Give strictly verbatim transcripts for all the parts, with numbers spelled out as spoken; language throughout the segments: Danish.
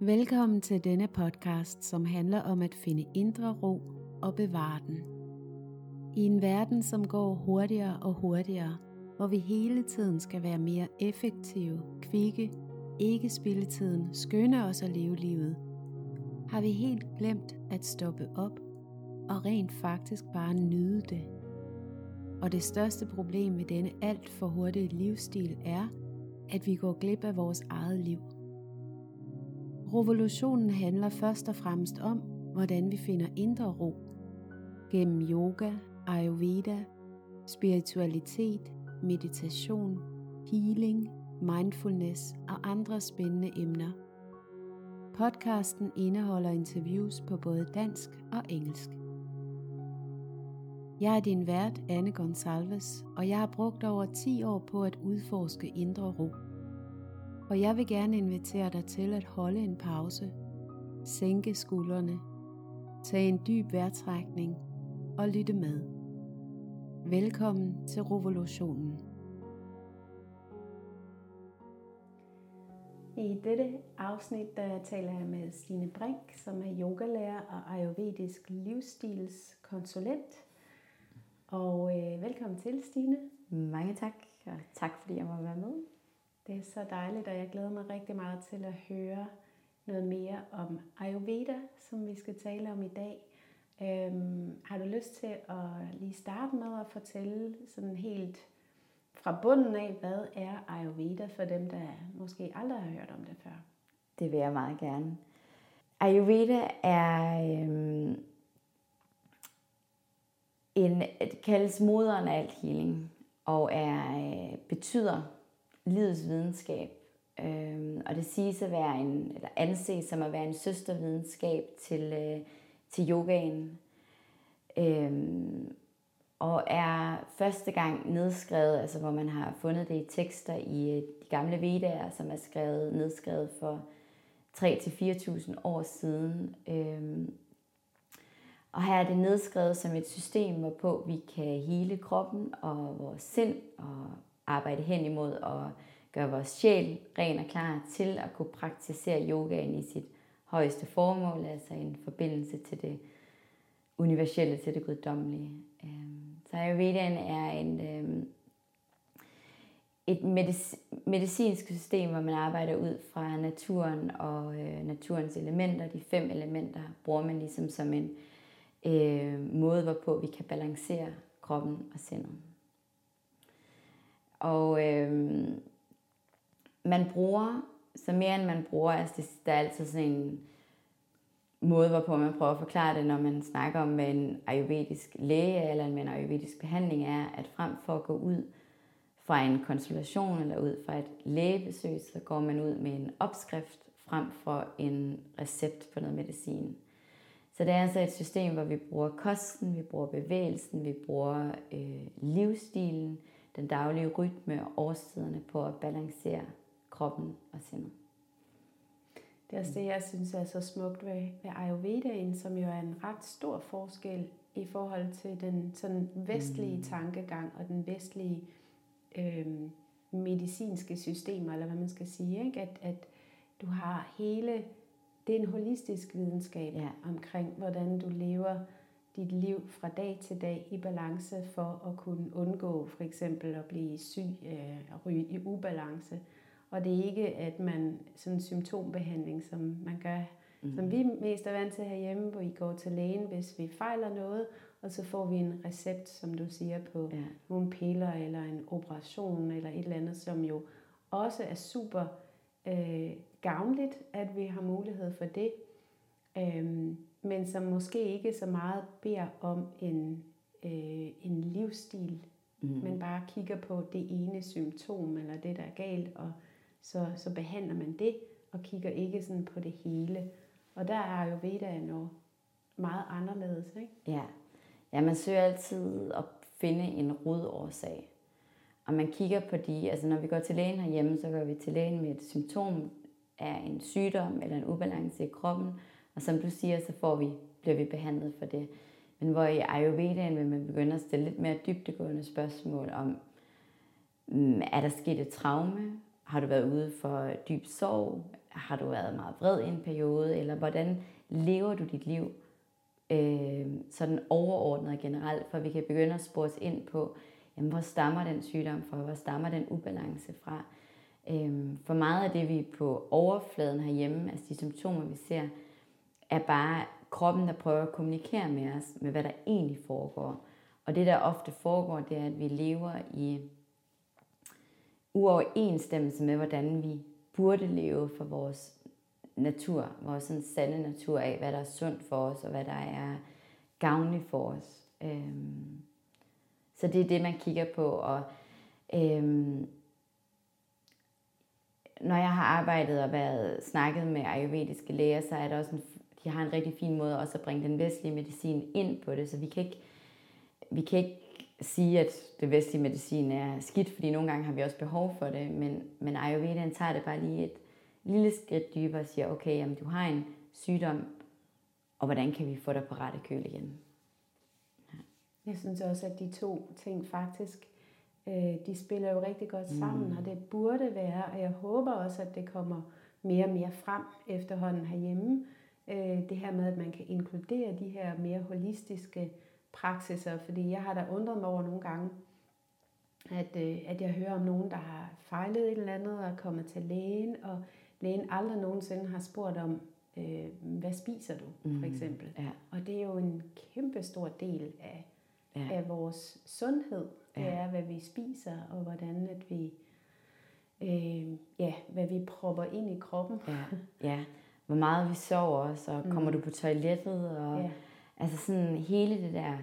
Velkommen til denne podcast, som handler om at finde indre ro og bevare den. I en verden, som går hurtigere og hurtigere, hvor vi hele tiden skal være mere effektive, kvikke, ikke spilde tiden, skynde os at leve livet, har vi helt glemt at stoppe op og rent faktisk bare nyde det. Og det største problem med denne alt for hurtige livsstil er, at vi går glip af vores eget liv. Revolutionen handler først og fremmest om, hvordan vi finder indre ro. Gennem yoga, ayurveda, spiritualitet, meditation, healing, mindfulness og andre spændende emner. Podcasten indeholder interviews på både dansk og engelsk. Jeg er din vært, Anne Gonsalves, og jeg har brugt over ti år på at udforske indre ro. Og jeg vil gerne invitere dig til at holde en pause, sænke skuldrene, tage en dyb vejrtrækning og lytte med. Velkommen til revolutionen. I dette afsnit der taler jeg med Stine Brink, som er yogalærer og ayurvedisk livsstilskonsulent. Og øh, velkommen til, Stine. Mange tak, og tak fordi jeg må være med. Det er så dejligt, og jeg glæder mig rigtig meget til at høre noget mere om Ayurveda, som vi skal tale om i dag. Øhm, har du lyst til at lige starte med at fortælle sådan helt fra bunden af, hvad er Ayurveda for dem, der måske aldrig har hørt om det før? Det vil jeg meget gerne. Ayurveda er øhm, en, det kaldes moderen af alt healing, og er, øh, betyder livets videnskab, øhm, og det siges at være en, eller anses som at være en søstervidenskab til, øh, til yogaen, øhm, og er første gang nedskrevet, altså hvor man har fundet det i tekster i øh, de gamle Vedaer, som er skrevet, nedskrevet for tre til fire tusind år siden. Øhm, og her er det nedskrevet som et system, hvorpå vi kan hele kroppen og vores sind og arbejde hen imod at gøre vores sjæl ren og klar til at kunne praktisere yogaen i sit højeste formål, altså en forbindelse til det universelle, til det guddommelige. Så Ayurvedaen er en, et medicinsk system, hvor man arbejder ud fra naturen og naturens elementer. De fem elementer bruger man ligesom som en øh, måde, hvorpå vi kan balancere kroppen og sindet. Og øh, man bruger, så mere end man bruger, altså det, der er altid sådan en måde, hvorpå man prøver at forklare det, når man snakker om, hvad en ayurvedisk læge eller en ayurvedisk behandling er, at frem for at gå ud fra en konsultation eller ud fra et lægebesøg, så går man ud med en opskrift frem for en recept på noget medicin. Så det er altså et system, hvor vi bruger kosten, vi bruger bevægelsen, vi bruger øh, livsstilen, den daglige rytme og årstiderne på at balancere kroppen og sindet. Det er også det, jeg synes er så smukt ved, ved Ayurvedaen, som jo er en ret stor forskel i forhold til den sådan vestlige mm. tankegang og den vestlige øh, medicinske system, eller hvad man skal sige, ikke? At, at du har hele, det er en holistisk videnskab ja. omkring, hvordan du lever dit liv fra dag til dag i balance for at kunne undgå for eksempel at blive syg øh, og ryge i ubalance. Og det er ikke, at man sådan en symptombehandling, som man gør, mm. som vi mest er vant til herhjemme, hvor I går til lægen, hvis vi fejler noget, og så får vi en recept, som du siger, på ja. nogle piller eller en operation eller et eller andet, som jo også er super øh, gavnligt, at vi har mulighed for det. Øhm, men som måske ikke så meget beder om en, øh, en livsstil, mm. men bare kigger på det ene symptom, eller det, der er galt, og så, så behandler man det, og kigger ikke sådan på det hele. Og der er Ayurvedaen jo meget anderledes, ikke? Ja. ja, man søger altid at finde en rodårsag. Og man kigger på de, altså når vi går til lægen herhjemme, så går vi til lægen med et symptom af en sygdom eller en ubalance i kroppen, og som du siger, så får vi, bliver vi behandlet for det. Men hvor i Ayurvedaen vil man begynde at stille lidt mere dybdegående spørgsmål om, er der sket et traume? Har du været ude for dyb sorg? Har du været meget vred i en periode? Eller hvordan lever du dit liv øh, sådan overordnet og generelt? For vi kan begynde at spore os ind på, jamen, hvor stammer den sygdom fra? Hvor stammer den ubalance fra? Øh, for meget af det, vi på overfladen herhjemme, altså de symptomer, vi ser, er bare kroppen, der prøver at kommunikere med os, med hvad der egentlig foregår. Og det, der ofte foregår, det er, at vi lever i uoverensstemmelse med, hvordan vi burde leve for vores natur, vores sådan sande natur af, hvad der er sundt for os, og hvad der er gavnligt for os. Øhm, så det er det, man kigger på. Og øhm, når jeg har arbejdet og været snakket med ayurvediske læger, så er der også en, de har en rigtig fin måde også at bringe den vestlige medicin ind på det, så vi kan ikke, vi kan ikke sige, at det vestlige medicin er skidt, fordi nogle gange har vi også behov for det, men, men ayurvedaen tager det bare lige et lille skridt dybere og siger, okay, jamen, du har en sygdom, og hvordan kan vi få dig på rette køl igen? Ja. Jeg synes også, at de to ting faktisk, øh, de spiller jo rigtig godt sammen, mm. og det burde være, og jeg håber også, at det kommer mere og mere frem efterhånden herhjemme, øh, det her med, at man kan inkludere de her mere holistiske praksiser, fordi jeg har da undret mig over nogle gange, at, øh, at jeg hører om nogen, der har fejlet et eller andet og er kommet til lægen, og lægen aldrig nogensinde har spurgt om, øh, hvad spiser du, for mm, eksempel. Ja. Og det er jo en kæmpe stor del af, ja. af vores sundhed. Det ja. er, hvad vi spiser, og hvordan at vi, øh, ja, hvad vi propper ind i kroppen. Ja, ja. Hvor meget vi sover også, og kommer Mm. du på toilettet, og Ja. altså sådan hele det der,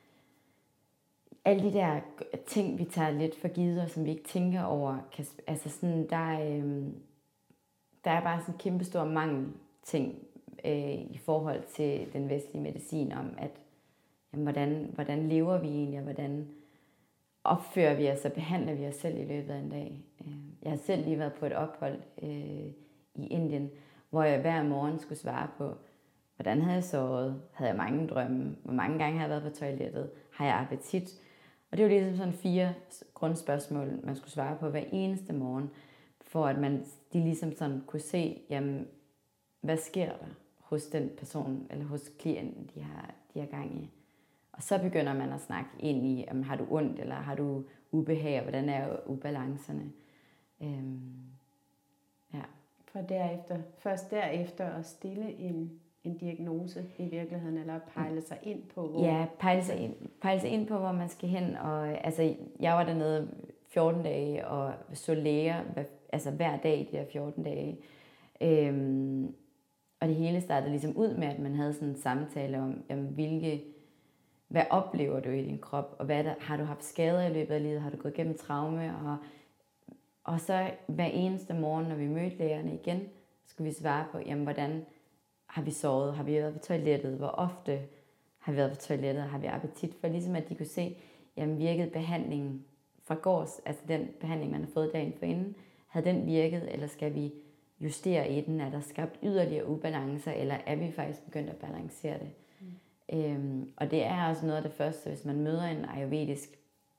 alle de der ting, vi tager lidt for givet, og som vi ikke tænker over, kan, altså sådan, der er, øhm, der er bare sådan en kæmpe stor mangel ting øh, i forhold til den vestlige medicin, om at, jamen, hvordan, hvordan lever vi egentlig, og hvordan opfører vi os og behandler vi os selv i løbet af en dag. Jeg har selv lige været på et ophold øh, i Indien, hvor jeg hver morgen skulle svare på, hvordan havde jeg sovet? Havde jeg mange drømme? Hvor mange gange har jeg været på toilettet? Har jeg appetit? Og det var ligesom sådan fire grundspørgsmål, man skulle svare på hver eneste morgen, for at man, de ligesom sådan kunne se, jamen, hvad sker der hos den person, eller hos klienten, de har, de har gang i. Og så begynder man at snakke ind i, om har du ondt, eller har du ubehag, og hvordan er ubalancerne. Øhm, ja. For derefter, først derefter at stille en, en diagnose i virkeligheden, eller pejle sig ind på, hvor... Ja, pejle sig ind, pejle sig ind på, hvor man skal hen. Og, altså, jeg var dernede fjorten dage, og så læger altså, hver dag i de her fjorten dage. Øhm, og det hele startede ligesom ud med, at man havde sådan en samtale om, jamen, hvilke... Hvad oplever du i din krop, og hvad der, har du haft skader i løbet af livet, har du gået gennem traume, og, og så hver eneste morgen, når vi mødte lægerne igen, skulle vi svare på, jamen, hvordan har vi sovet, har vi været på toilettet, hvor ofte har vi været på toilettet, har vi appetit, for ligesom at de kunne se, jamen, virkede behandlingen fra gårs, altså den behandling, man har fået dagen forinden, havde den virket, eller skal vi justere i den, er der skabt yderligere ubalancer, eller er vi faktisk begyndt at balancere det? Øhm, og det er også noget af det første, hvis man møder en ayurvedisk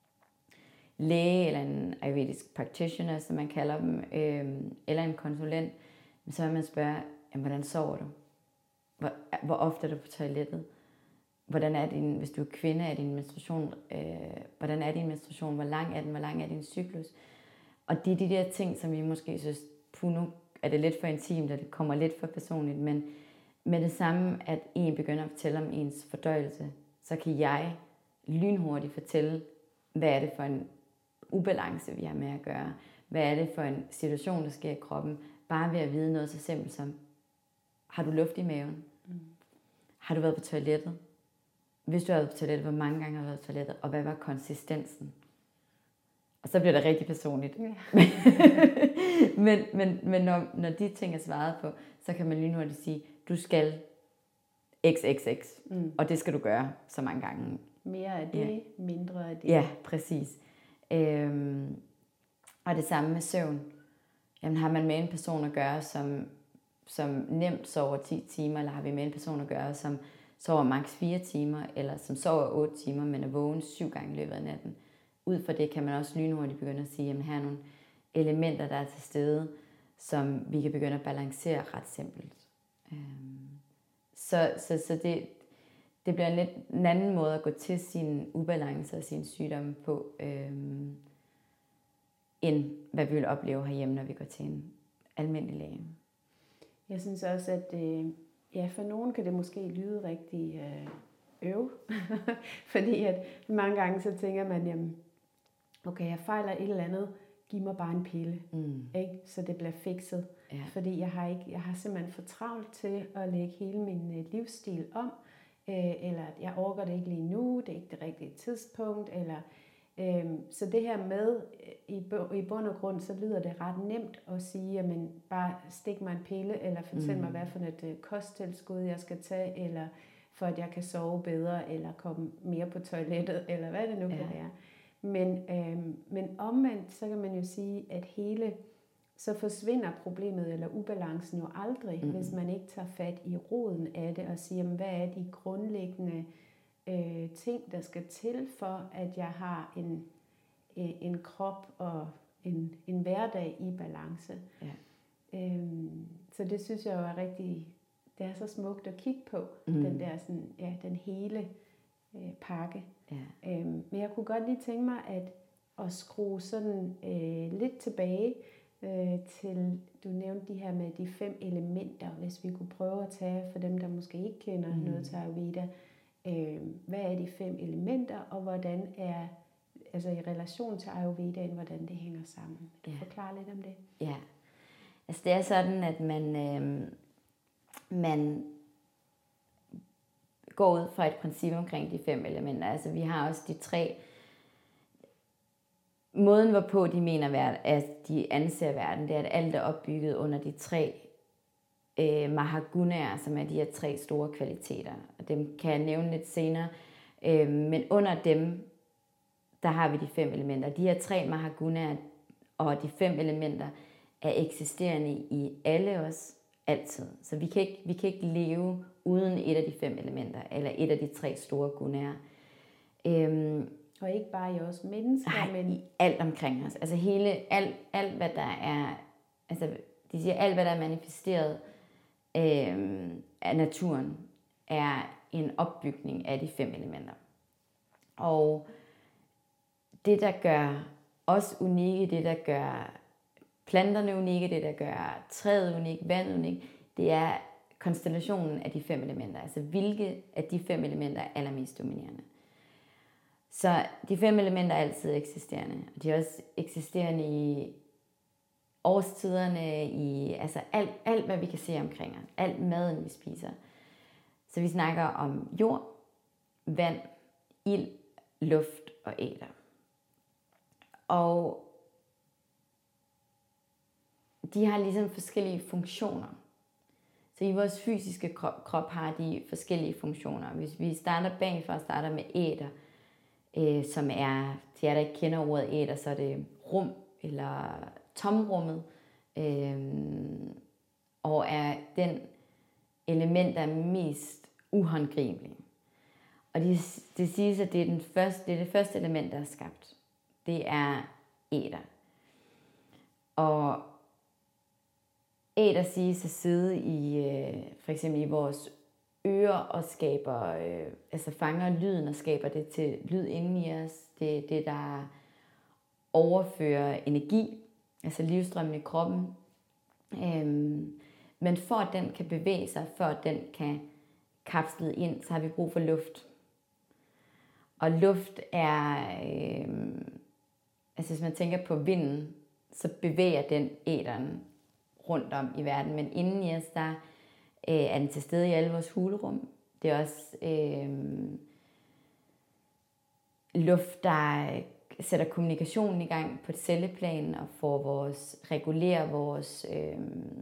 læge, eller en ayurvedisk practitioner, som man kalder dem, øhm, eller en konsulent, så vil man spørge, jamen, hvordan sover du? Hvor, hvor ofte er du på toilettet? Hvordan er din, hvis du er kvinde, er din menstruation, øh, hvordan er din menstruation? Hvor lang er den? Hvor lang er din cyklus? Og det er de der ting, som vi måske synes, puh, nu er det lidt for intimt, og det kommer lidt for personligt, men med det samme, at en begynder at fortælle om ens fordøjelse, så kan jeg lynhurtigt fortælle, hvad er det for en ubalance, vi har med at gøre. Hvad er det for en situation, der sker i kroppen. Bare ved at vide noget så simpelt som, har du luft i maven? Mm. Har du været på toilettet? Hvis du har været på toilettet, hvor mange gange har du været på toilettet? Og hvad var konsistensen? Og så bliver det rigtig personligt. Yeah. men men, men når, når de ting er svaret på, så kan man lynhurtigt sige, du skal x x x, mm. og det skal du gøre så mange gange. Mere af det, ja. Mindre af det. Ja, præcis. Øhm, og det samme med søvn. Jamen, har man med en person at gøre, som, som nemt sover ti timer, eller har vi med en person at gøre, som sover maks fire timer, eller som sover otte timer, men er vågen syv gange i løbet af natten. Ud fra det kan man også lynhurtigt begynde at sige, jamen her er nogle elementer, der er til stede, som vi kan begynde at balancere ret simpelt. Øhm, så så, så det, det bliver en lidt en anden måde at gå til sin ubalance og sin sygdomme på, øhm, end hvad vi vil opleve herhjemme, når vi går til en almindelig læge. Jeg synes også, at øh, ja, for nogen kan det måske lyde rigtig øh, øv, fordi at mange gange så tænker man, jamen, okay, jeg fejler et eller andet, giv mig bare en pille, Mm. ikke? Så det bliver fikset. Ja. Fordi jeg har, ikke, jeg har simpelthen for travlt til at lægge hele min øh, livsstil om, øh, eller at jeg orker det ikke lige nu, det er ikke det rigtige tidspunkt, eller øh, så det her med, i, i bund og grund, så lyder det ret nemt at sige, jamen bare stik mig en pille, eller fortæl mm. mig, hvad for et øh, kosttilskud jeg skal tage, eller for at jeg kan sove bedre, eller komme mere på toilettet, eller hvad det nu ja. kan være. Men, øh, men omvendt, så kan man jo sige, at hele, så forsvinder problemet eller ubalancen jo aldrig, mm. hvis man ikke tager fat i roden af det og siger, hvad er de grundlæggende øh, ting, der skal til for, at jeg har en, øh, en krop og en, en hverdag i balance. Ja. Øhm, så det synes jeg jo er rigtig, det er så smukt at kigge på, mm. den der sådan, ja, den hele øh, pakke. Ja. Øhm, men jeg kunne godt lige tænke mig at, at skrue sådan øh, lidt tilbage øh, til, du nævnte de her med de fem elementer, hvis vi kunne prøve at tage for dem, der måske ikke kender mm. noget til Ayurveda. Øh, hvad er de fem elementer, og hvordan er, altså i relation til Ayurvedaen, hvordan det hænger sammen? Vil du ja. forklare lidt om det? Ja, altså det er sådan, at man, øh, man går ud fra et princip omkring de fem elementer. Altså vi har også de tre, måden hvorpå de mener, at de anser verden, det er, at alt er opbygget under de tre øh, mahagunaer, som er de her tre store kvaliteter. Og dem kan jeg nævne lidt senere. Øh, men under dem, der har vi de fem elementer. De her tre mahagunaer og de fem elementer er eksisterende i alle os altid. Så vi kan ikke, vi kan ikke leve uden et af de fem elementer, eller et af de tre store gunaer. Øhm, og ikke bare i os mennesker, nej, men i alt omkring os. Altså hele, alt, alt hvad der er, altså de siger, alt hvad der er manifesteret øhm, af naturen, er en opbygning af de fem elementer. Og det, der gør os unikke, det, der gør planterne unikke, det, der gør træet unikt, vandet unikt, det er konstellationen af de fem elementer. Altså hvilke af de fem elementer er allermest dominerende. Så de fem elementer er altid eksisterende. Og de er også eksisterende i årstiderne, i altså alt, alt, hvad vi kan se omkring os. Alt maden, vi spiser. Så vi snakker om jord, vand, ild, luft og æter. Og de har ligesom forskellige funktioner. Så i vores fysiske krop, krop har de forskellige funktioner. Hvis vi starter bagfra og starter med æter, øh, som er, til jer der ikke kender ordet æter, så er det rum eller tomrummet, øh, og er den element, der er mest uhåndgribelig. Og det, det siges, at det er, den første, det er det første element, der er skabt. Det er æter. Og æter siges at sidde i, øh, for eksempel i vores ører og skaber, øh, altså fanger lyden og skaber det til lyd inde i os. Det er det, der overfører energi, altså livsstrømmen i kroppen. Øhm, men for at den kan bevæge sig, for at den kan kapsle ind, så har vi brug for luft. Og luft er, øh, altså hvis man tænker på vinden, så bevæger den æteren rundt om i verden, men inden i os, der øh, er den til stede i alle vores hulrum. Det er også øh, luft, der sætter kommunikationen i gang på et celleplan og får vores, regulerer vores, øh,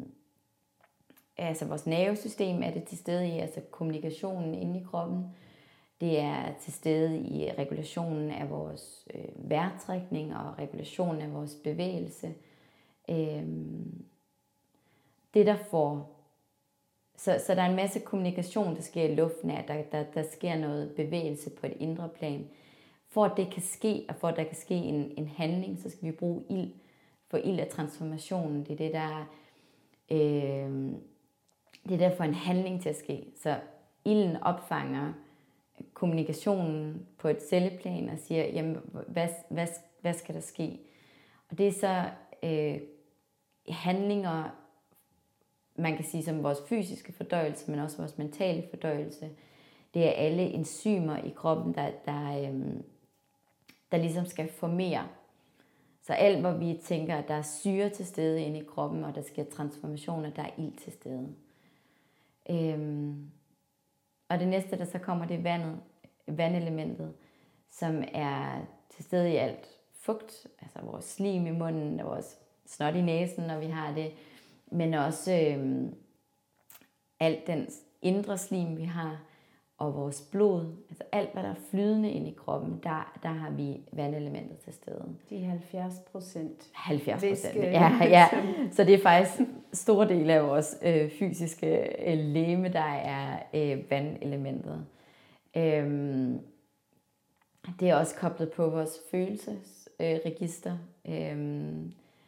altså vores nervesystem er det til stede i, altså kommunikationen inde i kroppen. Det er til stede i regulationen af vores øh, vejrtrækning og regulationen af vores bevægelse. Øh, Det der får, så, så der er en masse kommunikation, der sker i luften af, der, der, der sker noget bevægelse på et indre plan. For at det kan ske, og for at der kan ske en, en handling, så skal vi bruge ild. For ild er transformationen, det er det, der, øh, det er der får en handling til at ske. Så ilden opfanger kommunikationen på et celleplan og siger, jamen, hvad, hvad, hvad skal der ske? Og det er så øh, handlinger, man kan sige som vores fysiske fordøjelse, men også vores mentale fordøjelse. Det er alle enzymer i kroppen, der, der, øh, der ligesom skal formere. Så alt, hvor vi tænker, at der er syre til stede inde i kroppen, og der sker transformationer, der er ild til stede. Øhm, og det næste, der så kommer, det er vandet, vandelementet, som er til stede i alt fugt, altså vores slim i munden, og vores snot i næsen, når vi har det, men også øhm, alt den indre slim, vi har, og vores blod, altså alt, hvad der er flydende inde i kroppen, der, der har vi vandelementet til stede. De halvfjerds procent. halvfjerds procent, ja, ja. Så det er faktisk en stor del af vores øh, fysiske øh, legeme, der er øh, vandelementet. Øhm, det er også koblet på vores følelsesregister. Øh, øhm.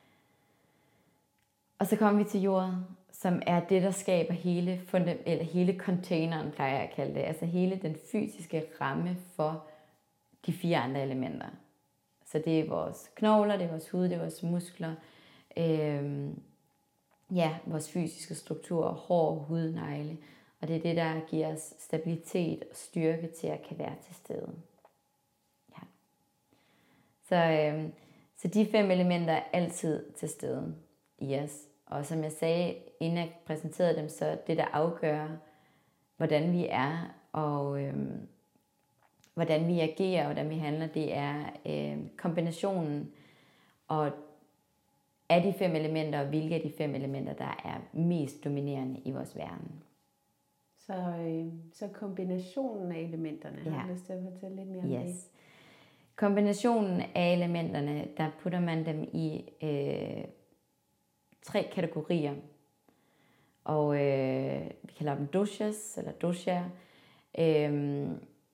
Og så kommer vi til jorden, som er det, der skaber hele, fundam- eller hele containeren, plejer jeg at kalde det. Altså hele den fysiske ramme for de fire andre elementer. Så det er vores knogler, det er vores hud, det er vores muskler, øhm, ja, vores fysiske struktur, hår, hud, negle. Og det er det, der giver os stabilitet og styrke til at kan være til stede. Ja. Så, øhm, så de fem elementer er altid til stede i os. Og som jeg sagde, inden jeg præsenterede dem, så det, der afgør, hvordan vi er, og øhm, hvordan vi agerer, og hvordan vi handler, det er øhm, kombinationen og af de fem elementer, og hvilke af de fem elementer, der er mest dominerende i vores verden. Så, øh, så kombinationen af elementerne, ja. har du lyst til at fortælle lidt mere om yes. det? Kombinationen af elementerne, der putter man dem i øh, tre kategorier. Og øh, vi kalder dem doshas, eller dosha, øh,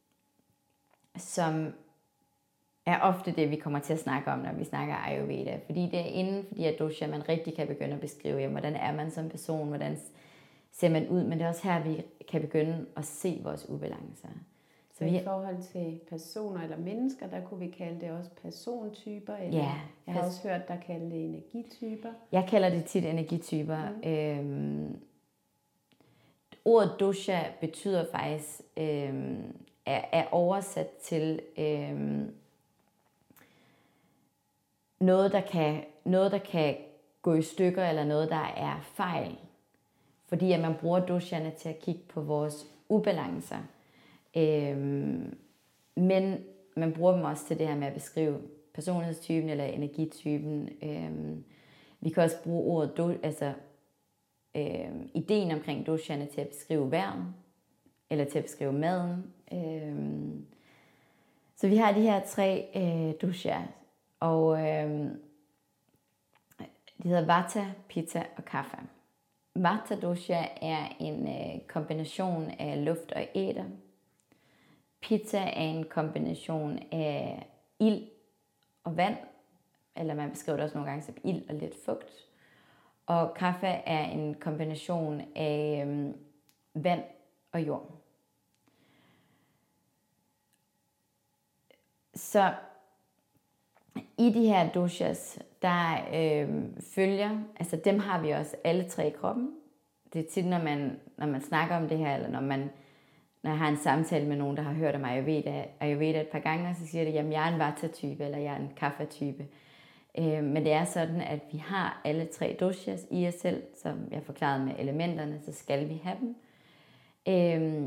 som er ofte det, vi kommer til at snakke om, når vi snakker Ayurveda. Fordi det er inden for de her dosha, man rigtig kan begynde at beskrive, jamen, hvordan er man som person, hvordan ser man ud, men det er også her, vi kan begynde at se vores ubalancer. Så, så vi, i forhold til personer eller mennesker, der kunne vi kalde det også persontyper, eller ja, jeg har også hørt, der kalder det energityper. Jeg kalder det tit energityper. Mm. Øhm, ordet dosha betyder faktisk, øhm, er, er oversat til øhm, noget, der kan, noget, der kan gå i stykker, eller noget, der er fejl. Fordi at man bruger dosherne til at kigge på vores ubalancer. Øhm, men man bruger dem også til det her med at beskrive personlighedstypen eller energitypen. Øhm, vi kan også bruge ordet, do, altså øhm, ideen omkring dosherne til at beskrive vejret, eller til at beskrive maden. Øhm, så vi har de her tre øh, dosha, og øhm, de hedder Vata, Pitta og Kapha. Vata dosha er en øh, kombination af luft og æter. Pitta er en kombination af ild og vand, eller man beskriver det også nogle gange som ild og lidt fugt. Og Kapha er en kombination af øhm, vand og jord. Så i de her doshas, der øh, følger, altså dem har vi også alle tre i kroppen. Det er tit, når man, når man snakker om det her, eller når, man, når jeg har en samtale med nogen, der har hørt om Ayurveda, Ayurveda et par gange, så siger de, at jeg er en Vata-type, eller jeg er en Kapha-type. Øh, men det er sådan, at vi har alle tre doshas i os selv, som jeg forklarede med elementerne, så skal vi have dem. Øh,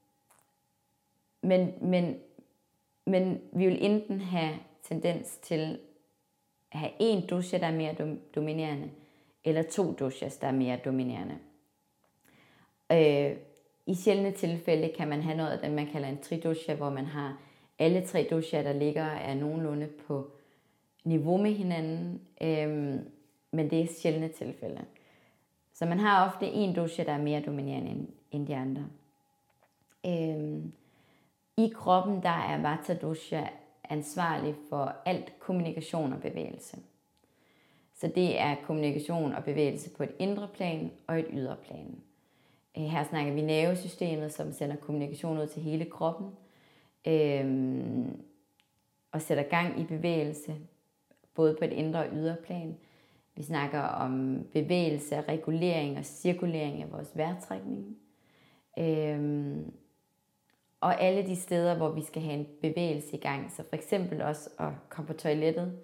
men, men, men vi vil enten have tendens til at have en dosha, der er mere dom- dominerende, eller to doshas, der er mere dominerende. Øh, I sjældne tilfælde kan man have noget af det, man kalder en tridosha, hvor man har alle tre dosha, der ligger er nogenlunde på niveau med hinanden, øh, men det er sjældne tilfælde. Så man har ofte en dosha, der er mere dominerende end, end de andre. Øh, I kroppen, der er Vata dosha ansvarlig for alt kommunikation og bevægelse. Så Så det er kommunikation og bevægelse på et indre plan og et ydre plan. Her snakker vi nervesystemet, som sender kommunikation ud til hele kroppen, øhm, og sætter gang i bevægelse, både på et indre og ydre plan. Vi snakker om bevægelse, regulering og cirkulering af vores vejrtrækning. Øhm, og alle de steder, hvor vi skal have en bevægelse i gang. Så for eksempel også at komme på toilettet.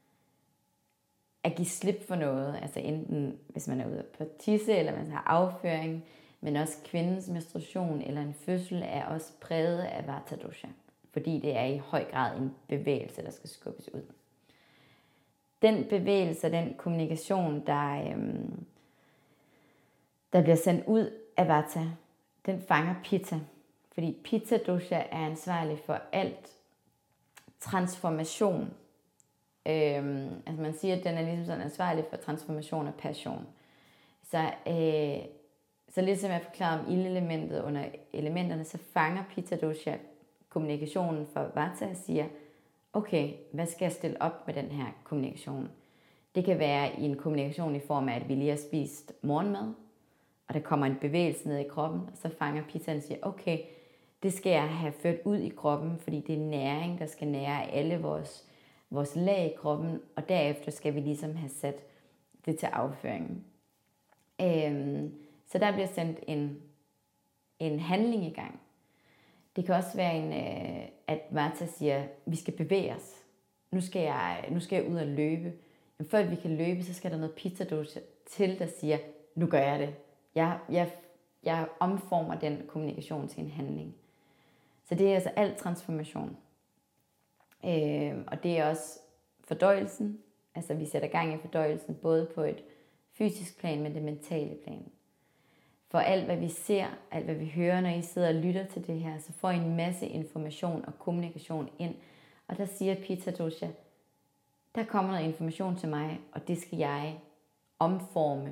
At give slip for noget. Altså enten hvis man er ude på tisse, eller man har afføring. Men også kvindens menstruation eller en fødsel er også præget af Vata dosha. Fordi det er i høj grad en bevægelse, der skal skubbes ud. Den bevægelse, den kommunikation, der, øhm, der bliver sendt ud af Vata, den fanger Pitta. Fordi Pitta dosha er ansvarlig for alt transformation. Øhm, altså man siger, at den er ligesom sådan ansvarlig for transformation og passion. Så, øh, så ligesom jeg forklarer om ildelementet under elementerne, så fanger Pitta dosha kommunikationen for Vata og siger, okay, hvad skal jeg stille op med den her kommunikation? Det kan være i en kommunikation i form af, at vi lige har spist morgenmad, og der kommer en bevægelse ned i kroppen, og så fanger Pitta og siger, okay, det skal jeg have ført ud i kroppen, fordi det er næring, der skal nære alle vores, vores lag i kroppen, og derefter skal vi ligesom have sat det til afføringen. Øhm, så der bliver sendt en, en handling i gang. Det kan også være, en, at Vata siger, vi skal bevæge os. Nu skal jeg, nu skal jeg ud og løbe. Men før vi kan løbe, så skal der noget Pitta dosha til, der siger, nu gør jeg det. Jeg, jeg, jeg omformer den kommunikation til en handling. Så det er altså alt transformation. Øh, og det er også fordøjelsen. Altså vi sætter gang i fordøjelsen, både på et fysisk plan, men det mentale plan. For alt, hvad vi ser, alt, hvad vi hører, når I sidder og lytter til det her, så får I en masse information og kommunikation ind. Og der siger Pitta dosha, der kommer noget information til mig, og det skal jeg omforme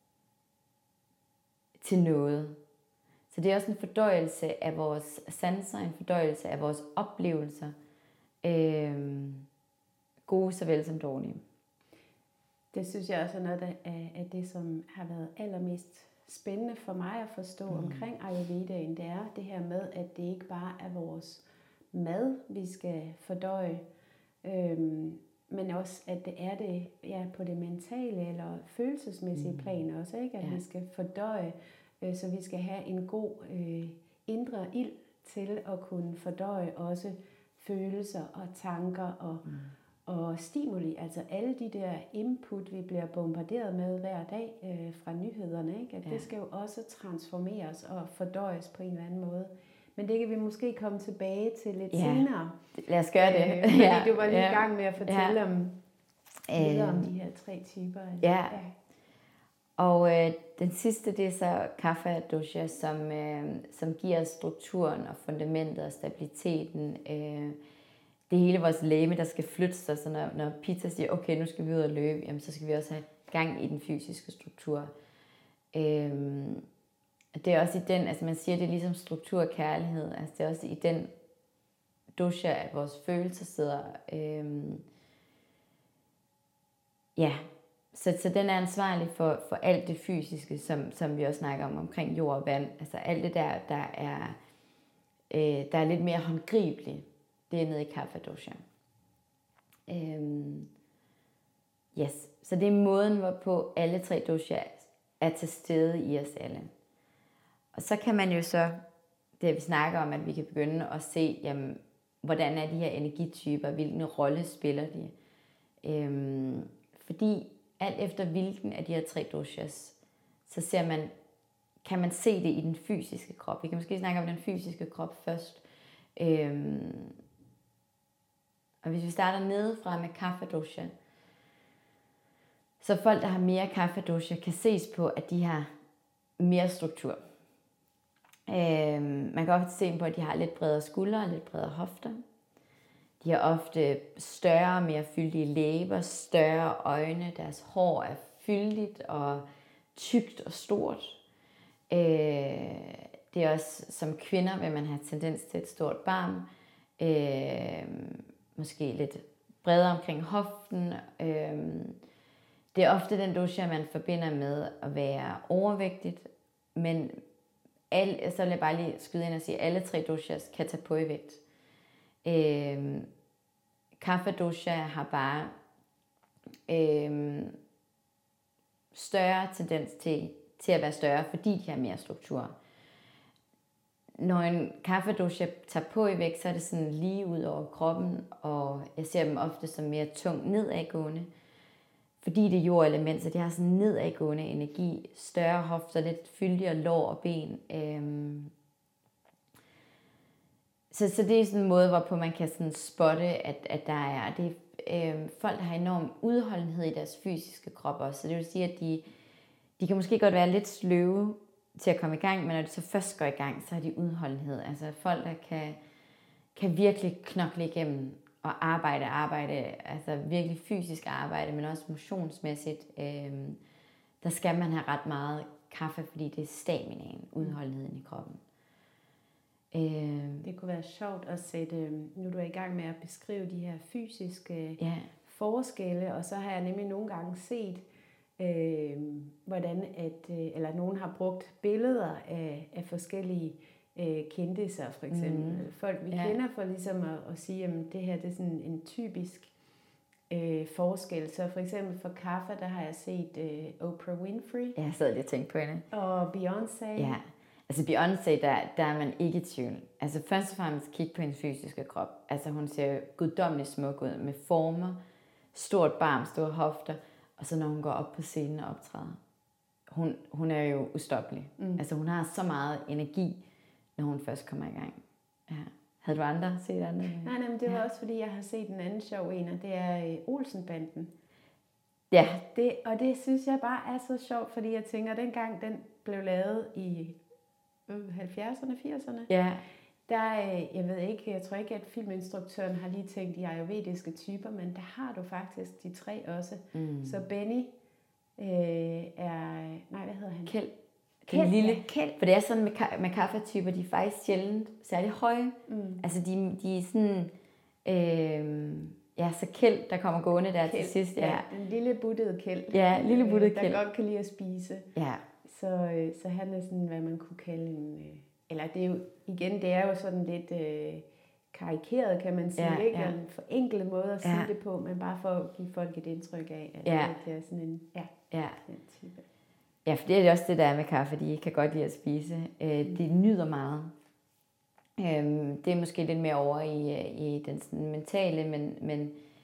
til noget. Så det er også en fordøjelse af vores sanser, en fordøjelse af vores oplevelser, øh, gode såvel som dårlige. Det synes jeg også er noget af, af det, som har været allermest spændende for mig at forstå mm. omkring Ayurvedaen. Det er det her med, at det ikke bare er vores mad, vi skal fordøje, øhm, men også, at det er det ja, på det mentale eller følelsesmæssige mm. plan også, ikke? At ja. vi skal fordøje, øh, så vi skal have en god øh, indre ild til at kunne fordøje også følelser og tanker og mm. og stimuli, altså alle de der input, vi bliver bombarderet med hver dag øh, fra nyhederne, ikke? At ja. det skal jo også transformeres og fordøjes på en eller anden måde. Men det kan vi måske komme tilbage til lidt ja. senere. Lad os gøre det. Øh, fordi ja. du var lige ja. i gang med at fortælle ja. om, øh, om de her tre typer. Ja. ja. Og øh, den sidste, det er så Kapha dosha, som, øh, som giver strukturen og fundamentet og stabiliteten. Øh, Det er hele vores legeme, der skal flytte sig, så når, når Pitta siger, okay, nu skal vi ud og løbe, jamen, så skal vi også have gang i den fysiske struktur. Øhm, det er også i den, altså man siger, det er ligesom struktur og kærlighed, altså det er også i den dosha, at vores følelser sidder. Øhm, ja, så, så den er ansvarlig for, for alt det fysiske, som, som vi også snakker om, omkring jord og vand. Altså alt det der, der er, øh, der er lidt mere håndgribeligt. Det er nede i Kapha dosha. Øhm, yes. Så det er måden, hvorpå alle tre dosha er til stede i os alle. Og så kan man jo så, det vi snakker om, at vi kan begynde at se, jamen, hvordan er de her energityper, hvilken rolle spiller de. Øhm, fordi alt efter hvilken af de her tre doshas, så ser man, kan man se det i den fysiske krop. Vi kan måske snakke om den fysiske krop først. Øhm, Og hvis vi starter nedefra med Kapha dosha, så folk, der har mere Kapha dosha, kan ses på, at de har mere struktur. Øhm, man kan ofte se på, at de har lidt bredere skuldre og lidt bredere hofter. De har ofte større, mere fyldige læber, større øjne. Deres hår er fyldigt og tykt og stort. Øh, det er også, som kvinder vil man have tendens til et stort barm. Øh, måske lidt bredere omkring hoften. Øh, Det er ofte den dosha, man forbinder med at være overvægtigt, men al, så vil jeg bare lige skyde ind og sige, at alle tre doshas kan tage på i vægt. Øh, Kapha dosha har bare øh, større tendens til, til at være større, fordi de har mere struktur. Når en Kapha dosha tager på i vægt, så er det sådan lige ud over kroppen, og jeg ser dem ofte som mere tung nedadgående. Fordi det er jordelement, så de har sådan nedadgående energi, større hofter, lidt fyldigere lår og ben. Øhm. Så, så det er sådan en måde, hvorpå man kan sådan spotte, at, at der er det er, øhm, folk, der har enorm udholdenhed i deres fysiske krop også. Så det vil sige, at de, de kan måske godt være lidt sløve til at komme i gang, men når de så først går i gang, så har de udholdenhed. Altså folk, der kan, kan virkelig knokle igennem og arbejde, arbejde, altså virkelig fysisk arbejde, men også motionsmæssigt. Øhm, der skal man have ret meget kaffe, fordi det er staminaen, udholdenheden i kroppen. Øhm, det kunne være sjovt at sætte, nu du er i gang med at beskrive de her fysiske ja. forskelle, og så har jeg nemlig nogle gange set, øh, hvordan at, øh, eller nogen har brugt billeder af, af forskellige øh, kendisser, for eksempel. Mm. Folk, vi ja. kender, for ligesom at, at sige, at det her det er sådan en typisk øh, forskel. Så for eksempel for kaffe, der har jeg set øh, Oprah Winfrey. Jeg sad lige og tænkte på hende. Og Beyoncé. Ja, altså Beyoncé, der, der er man ikke i tvivl. Altså først og fremmest kig på hendes fysiske krop. Altså hun ser guddommeligt smuk ud med former, stort barm, store hofter, og så når hun går op på scenen og optræder. Hun, hun er jo ustoppelig. Mm. Altså hun har så meget energi, når hun først kommer i gang. Ja. Havde du andre set andre? Nej, nej, men det var ja. også fordi, jeg har set en anden sjov en, og det er øh, Olsenbanden. Ja. Det, og det synes jeg bare er så sjovt, fordi jeg tænker, dengang den blev lavet i øh, halvfjerdserne, firserne, ja. der, øh, jeg ved ikke, jeg tror ikke, at filminstruktøren har lige tænkt i ayurvediske typer, men der har du faktisk de tre også. Mm. Så Benny øh, er, nej, hvad hedder han? Kjeld. Kjeld, den lille, ja, Kjeld. For det er sådan med, med kaffetyper, de er faktisk sjældent særlig høje. Mm. Altså de, de er sådan, øh, ja, så Kjeld, der kommer gående der Kjeld, til sidst. Ja, ja, en lille buttede Kjeld. Ja, lille buttede Kjeld. Der godt kan lide at spise. Ja. Så, så han er sådan, hvad man kunne kalde en, eller det er jo, igen, det er jo sådan lidt øh, karikeret, kan man sige, ja, ikke? Ja. En forenklet måde at sige ja. det på, men bare for at give folk et indtryk af, at ja. det er sådan en, ja, ja. den type. Ja, for det er også det, der er med kaffe. De kan godt lide at spise. Øh, de nyder meget. Øh, det er måske lidt mere over i, i den sådan, mentale, men, men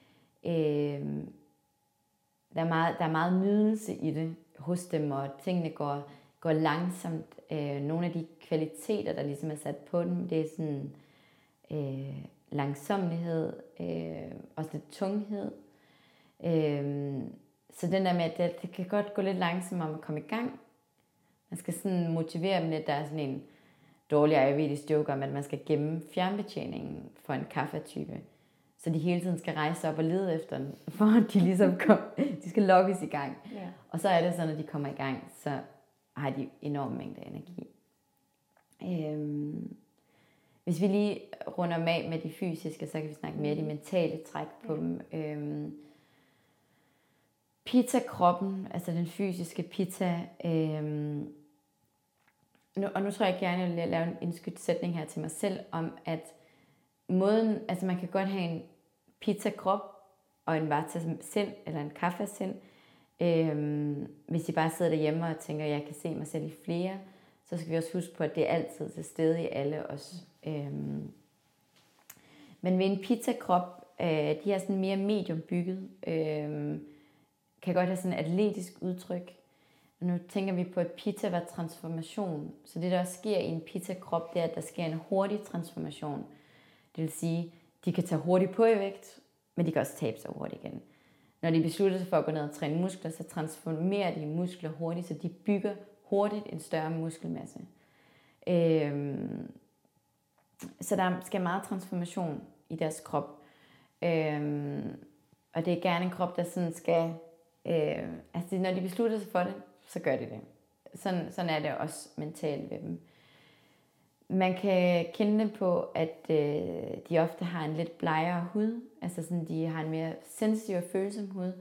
øh, der, er meget, der er meget nydelse i det hos dem, og tingene går, går langsomt. Øh, nogle af de kvaliteter, der ligesom er sat på dem, det er sådan øh, langsommelighed, øh, også lidt tunghed. Øh, Så den der med, at det, det kan godt gå lidt langsomt om at komme i gang. Man skal sådan motivere dem lidt. Der er sådan en dårlig ayurvedisk joke om, at man skal gemme fjernbetjeningen for en kaffetype. Så de hele tiden skal rejse op og lede efter den, for at de ligesom kom, de skal lokkes i gang. Ja. Og så er det sådan, at de kommer i gang, så har de enorm mængde energi. Øhm, hvis vi lige runder af med de fysiske, så kan vi snakke mere de mentale træk på ja. dem. Øhm, Pitta-kroppen, altså den fysiske pitta, øhm, nu, og nu tror jeg gerne, jeg vil lave en indskudt sætning her til mig selv, om at måden, altså man kan godt have en pitta-krop, og en vata-sind, eller en kapha-sind, øhm, hvis I bare sidder derhjemme og tænker, at jeg kan se mig selv i flere, så skal vi også huske på, at det er altid til stede i alle os. Øhm, men ved en pitta-krop, øh, de er sådan mere medium bygget, øh, kan godt have sådan et atletisk udtryk. Og nu tænker vi på, at pitta var transformation. Så det, der også sker i en pitta-krop, det er, at der sker en hurtig transformation. Det vil sige, de kan tage hurtigt på i vægt, men de kan også tabe sig hurtigt igen. Når de beslutter sig for at gå ned og træne muskler, så transformerer de muskler hurtigt, så de bygger hurtigt en større muskelmasse. Øhm, så der skal meget transformation i deres krop. Øhm, og det er gerne en krop, der sådan skal... Øh, altså når de beslutter sig for det, så gør de det. Sådan, sådan er det også mentalt ved dem. Man kan kende dem på, at øh, de ofte har en lidt blegere hud. Altså sådan, de har en mere sensitiv og følsom hud.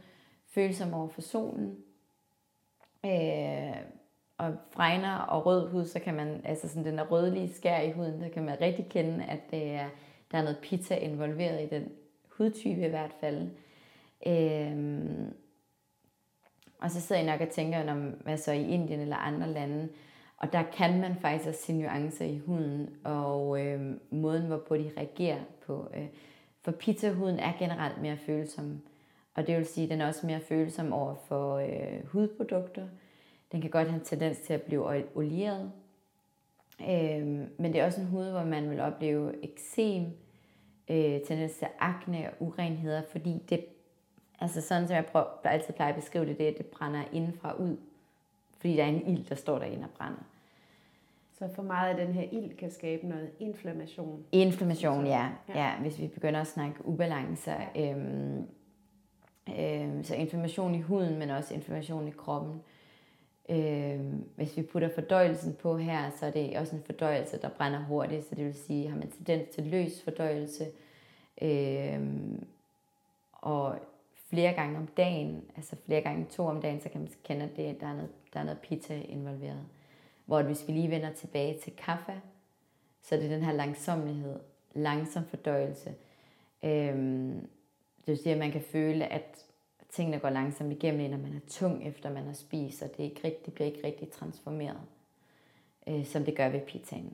følsom over for solen. Øh, og fregner og rød hud, så kan man, altså sådan den der rødlige skær i huden, der kan man rigtig kende, at det er, der er noget pitta involveret i den hudtype i hvert fald. Øh, og så sidder jeg nok og tænker, om hvad så i Indien eller andre lande, og der kan man faktisk også se nuancer i huden, og øh, måden, hvorpå de reagerer på. Øh, for pitta-huden er generelt mere følsom, og det vil sige, at den er også mere følsom over for øh, hudprodukter. Den kan godt have en tendens til at blive olieret, øh, men det er også en hud, hvor man vil opleve eksem, øh, tendens til akne og urenheder, fordi det, altså sådan som jeg prøver, der altid plejer at beskrive det, det er, at det brænder indenfra ud, fordi der er en ild, der står derinde og brænder. Så for meget af den her ild kan skabe noget inflammation? Inflammation, ja. ja. ja hvis vi begynder at snakke ubalancer. Ja. Øhm, øhm, så inflammation i huden, men også inflammation i kroppen. Øhm, hvis vi putter fordøjelsen på her, så er det også en fordøjelse, der brænder hurtigt. Så det vil sige, har man tendens til løs fordøjelse. Øhm, og flere gange om dagen, altså flere gange to om dagen, så kan man kende, at det, der, er noget, der er noget pitta involveret. Hvor hvis vi lige vender tilbage til kapha, så er det den her langsommelighed, langsom fordøjelse. Øhm, det vil sige, at man kan føle, at tingene går langsomt igennem, når man er tung efter man har spist, og det, er ikke rigtig, det bliver ikke rigtig transformeret, øh, som det gør ved pittaen.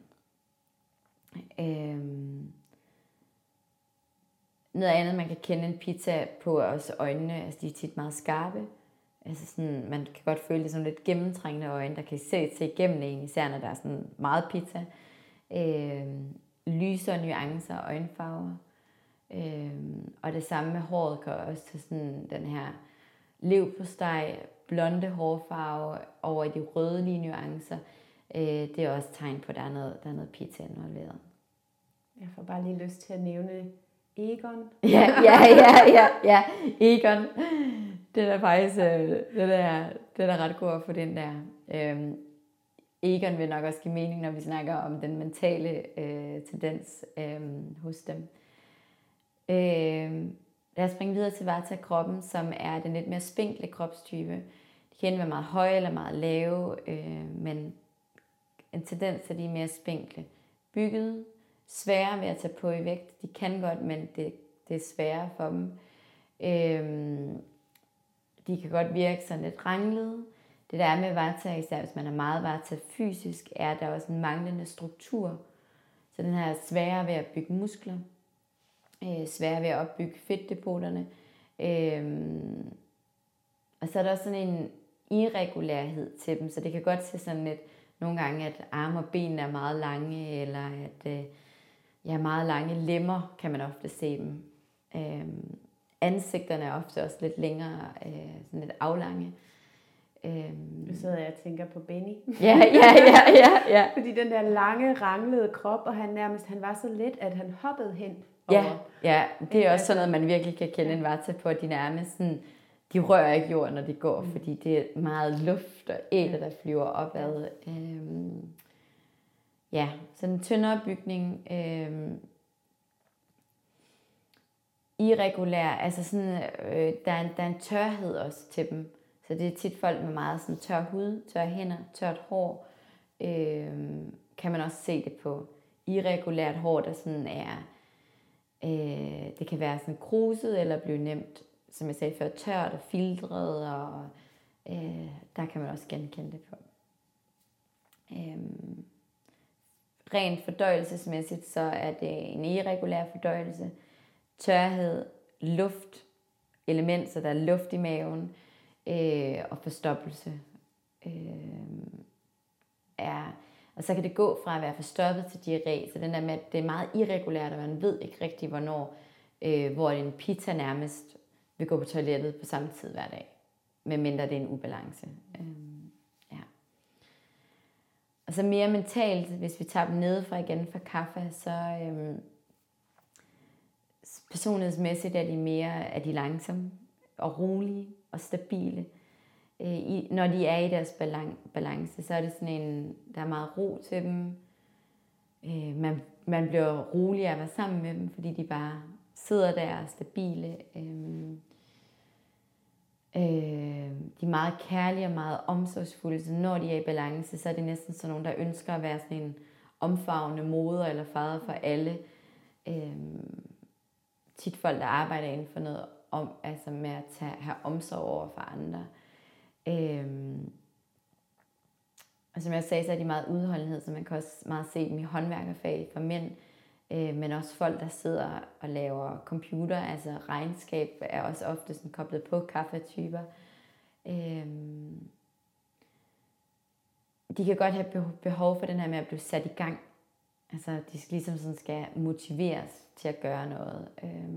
Øhm, noget andet, man kan kende en pitta på, er også øjnene, altså de er tit meget skarpe. Altså sådan, man kan godt føle det som lidt gennemtrængende øjne, der kan se, se igennem en, især når der er sådan meget pitta. Øh, lysere nuancer og øjenfarver. Øh, og det samme med håret kan også tage sådan den her leverpostej, blonde hårfarve over i de rødlige nuancer. Øh, det er også tegn på, at der er noget, der er noget pitta involveret. Jeg får bare lige lyst til at nævne Egon. ja, ja, ja, ja, ja, Egon. Det er faktisk øh, det der, det der ret godt for den der. Øhm, Egon vil nok også give mening, når vi snakker om den mentale øh, tendens øh, hos dem. Øh, lad os springe videre til Vata-kroppen, som er den lidt mere spinkle kropstype. De kan være meget høje eller meget lave, øh, men en tendens til, at de er mere spinkle. Bygget, svære ved at tage på i vægt. De kan godt, men det, det er sværere for dem. Øh, De kan godt virke sådan lidt ranglede. Det der er med Vata, især hvis man er meget Vata fysisk, er der også en manglende struktur. Så den her svære ved at bygge muskler, øh, svære ved at opbygge fedtdepoterne. Øh, og så er der også sådan en irregulærhed til dem, så det kan godt se sådan lidt nogle gange, at arme og ben er meget lange, eller at øh, ja, meget lange lemmer kan man ofte se dem. Øh, Ansigterne er ofte også lidt længere, øh, sådan lidt aflange. Øhm. Nu sidder jeg og tænker på Benny. Ja, ja, ja, ja, ja. Fordi den der lange, ranglede krop, og han nærmest, han var så let, at han hoppede hen ja, over. Ja, det er også sådan noget, man virkelig kan kende en Vata på, at de nærmest sådan, de rører ikke jorden, når de går, mm. fordi det er meget luft og æter, der flyver opad. Øhm, ja, så en tyndere bygning. Øhm, irregulær, altså sådan, øh, der, er en, der er en tørhed også til dem. Så det er tit folk med meget sådan tør hud, tør hænder, tørt hår. Øh, kan man også se det på irregulært hår, der sådan er, øh, det kan være sådan kruset eller blive nemt, som jeg sagde før, tørt og filtret, og øh, der kan man også genkende det på. Øh, rent fordøjelsesmæssigt, så er det en irregulær fordøjelse. Tørhed, luft, elementer, der er luft i maven, øh, og forstoppelse. Øh, er, og så kan det gå fra at være forstoppet til diarré, så den der med, at det er meget irregulært, og man ved ikke rigtig, hvornår, øh, hvor en pitta nærmest vil gå på toilettet på samme tid hver dag, medmindre det er en ubalance. Øh, ja. Og så mere mentalt, hvis vi tager dem nedefra igen fra kapha, så øh, personlighedsmæssigt er de mere er de langsomme og rolige og stabile. Øh, i, når de er i deres balance, så er det sådan en, der er meget ro til dem. Øh, man, man bliver rolig af at være sammen med dem, fordi de bare sidder der og er stabile. Øh, Øh, de er meget kærlige og meget omsorgsfulde, så når de er i balance, så er det næsten sådan nogle, der ønsker at være sådan en omfavnende moder eller fader for alle. Øh, tit folk, der arbejder inden for noget om, altså med at tage, have omsorg over for andre. Øh, og som jeg sagde, så er de meget udholdenhed, så man kan også meget se dem i håndværkerfag for mænd, øh, men også folk, der sidder og laver computer, altså regnskab, er også ofte sådan koblet på kaffetyper. Øh, de kan godt have behov for den her med at blive sat i gang. Altså, de skal ligesom sådan skal motiveres til at gøre noget. Øh,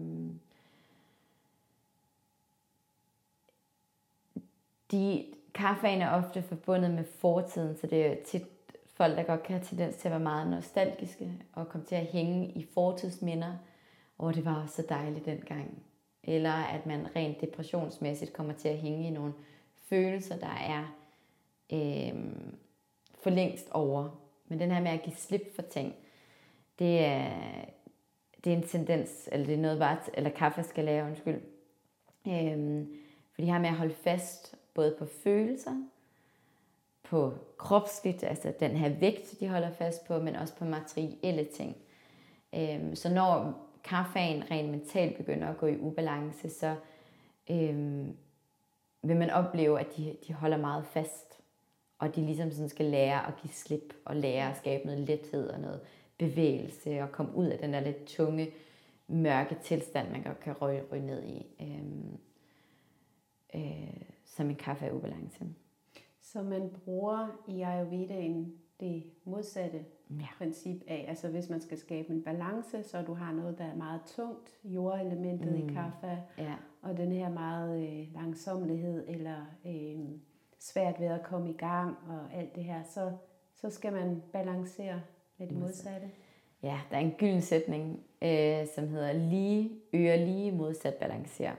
de Kaffen er ofte forbundet med fortiden, så det er tit folk, der godt kan have tendens til at være meget nostalgiske og komme til at hænge i fortidsminder, og det var også så dejligt dengang. Eller at man rent depressionsmæssigt kommer til at hænge i nogle følelser, der er øh, for længst over. Men den her med at give slip for ting, det er, det er en tendens, eller det er noget, bare, eller kaffe skal lave, undskyld. Øh, for de har med at holde fast både på følelser, på kropsligt, altså den her vægt, de holder fast på, men også på materielle ting. Øhm, så når kaffen rent mentalt begynder at gå i ubalance, så øhm, vil man opleve, at de, de holder meget fast, og de ligesom sådan skal lære at give slip, og lære at skabe noget lethed og noget bevægelse, og komme ud af den der lidt tunge, mørke tilstand, man godt kan ryge, ryge ned i. Øhm, øh, som en kaffe er ubalance. Så man bruger i Ayurvedaen det modsatte ja. princip af, altså hvis man skal skabe en balance, så du har noget, der er meget tungt, jordelementet mm. i kaffe, ja. og den her meget øh, langsommelighed, eller øh, svært ved at komme i gang, og alt det her, så, så skal man balancere med det modsatte. Ja, der er en gylden sætning, øh, som hedder lige øger lige modsat balancer.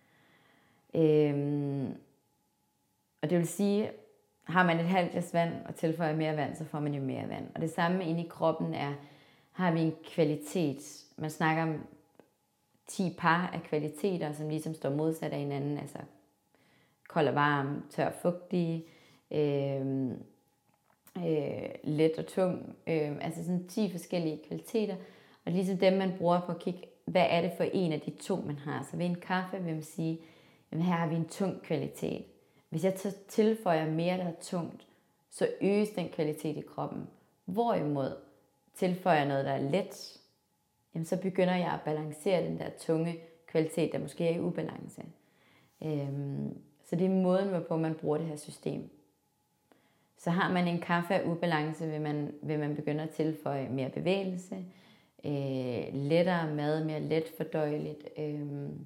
Øh, Og det vil sige, har man et halvt glas vand og tilføjer mere vand, så får man jo mere vand. Og det samme inde i kroppen er, har vi en kvalitet. Man snakker om ti par af kvaliteter, som ligesom står modsat af hinanden. Altså kold og varm, tør og fugtig, øh, øh, let og tung. Øh, altså sådan ti forskellige kvaliteter. Og ligesom dem, man bruger på at kigge, hvad er det for en af de to, man har. Så ved en kaffe vil man sige, jamen her har vi en tung kvalitet. Hvis jeg tilføjer mere, der er tungt, så øges den kvalitet i kroppen. Hvorimod tilføjer jeg noget, der er let, jamen så begynder jeg at balancere den der tunge kvalitet, der måske er i ubalance. Øhm, så det er måden, hvorpå man bruger det her system. Så har man en kaffe af ubalance, vil man, vil man begynde at tilføje mere bevægelse, øh, lettere mad, mere let fordøjeligt, øh,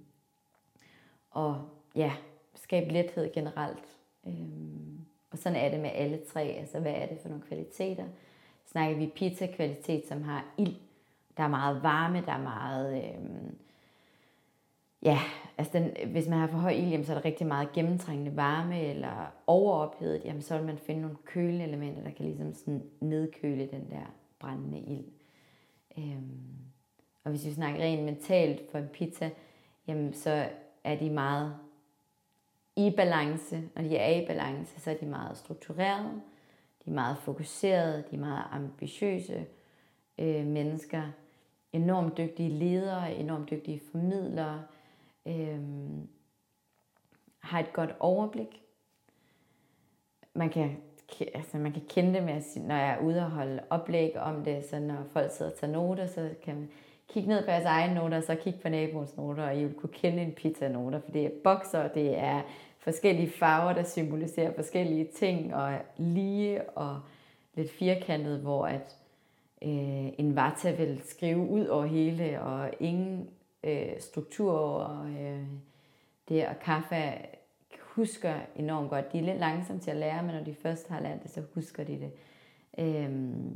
og ja, skabe lethed generelt. Øhm, og sådan er det med alle tre. Altså, hvad er det for nogle kvaliteter? Snakker vi pizza-kvalitet, som har ild. Der er meget varme, der er meget... Øhm, ja, altså den, hvis man har for høj ild, jamen, så er der rigtig meget gennemtrængende varme eller overophedet. Jamen, så vil man finde nogle kølende elementer, der kan ligesom sådan nedkøle den der brændende ild. Øhm, og hvis vi snakker rent mentalt for en pizza, jamen, så er de meget... i balance. Når de er i balance, så er de meget strukturerede, de er meget fokuserede, de er meget ambitiøse øh, mennesker, enormt dygtige ledere, enormt dygtige formidlere, øh, har et godt overblik. Man kan, altså man kan kende det med, når jeg er ude og holde oplæg om det, så når folk sidder og tager noter, så kan man kigge ned på jeres egne noter, og så kigge på naboens noter, og I vil kunne kende en pizza-noter, for det er bokser, det er forskellige farver, der symboliserer forskellige ting, og lige og lidt firkantet, hvor at øh, en vata vil skrive ud over hele, og ingen øh, struktur, og øh, det og kaffe husker enormt godt. De er lidt langsomme til at lære, men når de først har lært det, så husker de det. Øhm,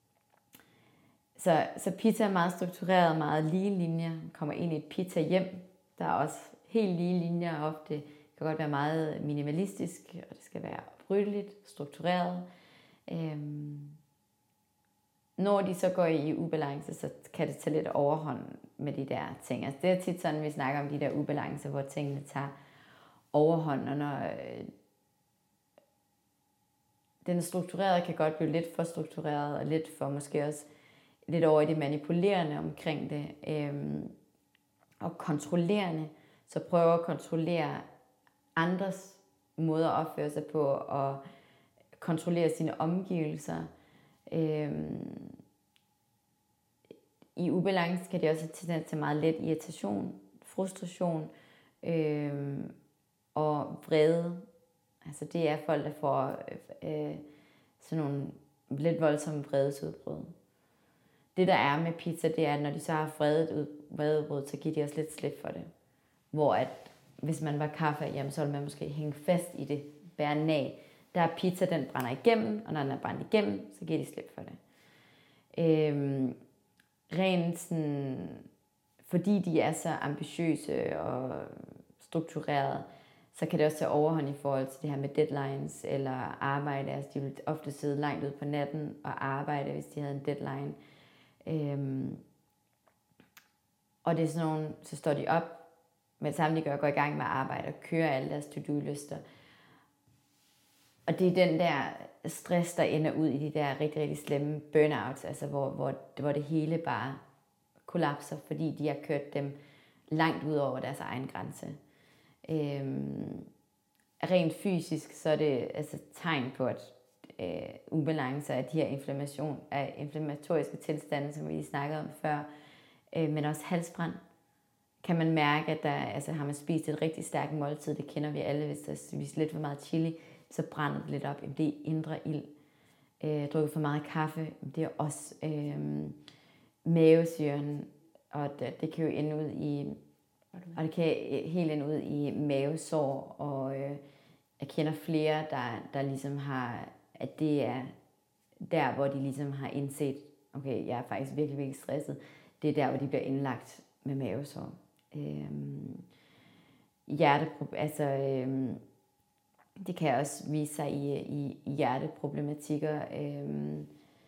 så, så pizza er meget struktureret, meget lige linjer. Man kommer ind i et pizza hjem, der er også helt lige linjer, og ofte kan godt være meget minimalistisk, og det skal være opryddeligt, struktureret. Øhm, når de så går i ubalance, så kan det tage lidt overhånd med de der ting. Altså det er tit sådan, vi snakker om de der ubalancer, hvor tingene tager overhånd, og når øh, den strukturerede kan godt blive lidt for struktureret, og lidt for måske også lidt over i det manipulerende omkring det, øhm, og kontrollerende, så prøver at kontrollere andres måder at opføre sig på, og kontrollere sine omgivelser. Øhm, I ubalance kan det også have tendens til meget let irritation, frustration øhm, og vrede. Altså det er folk, der får øh, sådan nogle lidt voldsomme vredesudbrud. Det der er med pizza, det er, at når de så har vredeudbrud, så giver de også lidt slip for det. Hvor at, hvis man var kaffe, jamen, så ville man måske hænge fast i det, bære nag. Der er pizza, den brænder igennem, og når den er brændt igennem, så giver de slip for det. Øhm, rent sådan, fordi de er så ambitiøse og strukturerede, så kan det også tage overhånd i forhold til det her med deadlines eller arbejde. Altså de vil ofte sidde langt ude på natten og arbejde, hvis de havde en deadline. Øhm, og det er sådan nogle, så står de op med det samme, de gør, går i gang med at arbejde og kører alle deres to-do-lister. Og det er den der stress, der ender ud i de der rigtig, rigtig slemme burnouts, altså hvor, hvor, hvor det hele bare kollapser, fordi de har kørt dem langt ud over deres egen grænse. Øhm, rent fysisk, så er det altså tegn på, at øh, ubalance af de her inflammation, af inflammatoriske tilstande, som vi lige snakkede om før, øh, men også halsbrand. Kan man mærke, at der, altså, har man spist et rigtig stærkt måltid, det kender vi alle, hvis der spiser lidt for meget chili, så brænder det lidt op. Jamen, det er indre ild. Øh, drukket for meget kaffe, det er også øh, mavesyren, og det, det kan jo ende ud i, og det kan helt ende ud i mavesår, og øh, jeg kender flere, der, der ligesom har, at det er der, hvor de ligesom har indset, okay, jeg er faktisk virkelig, virkelig stresset. Det er der, hvor de bliver indlagt med mavesår. Øhm, hjertepro- altså, øhm, det kan også vise sig i, i, i hjerteproblematikker. Øhm,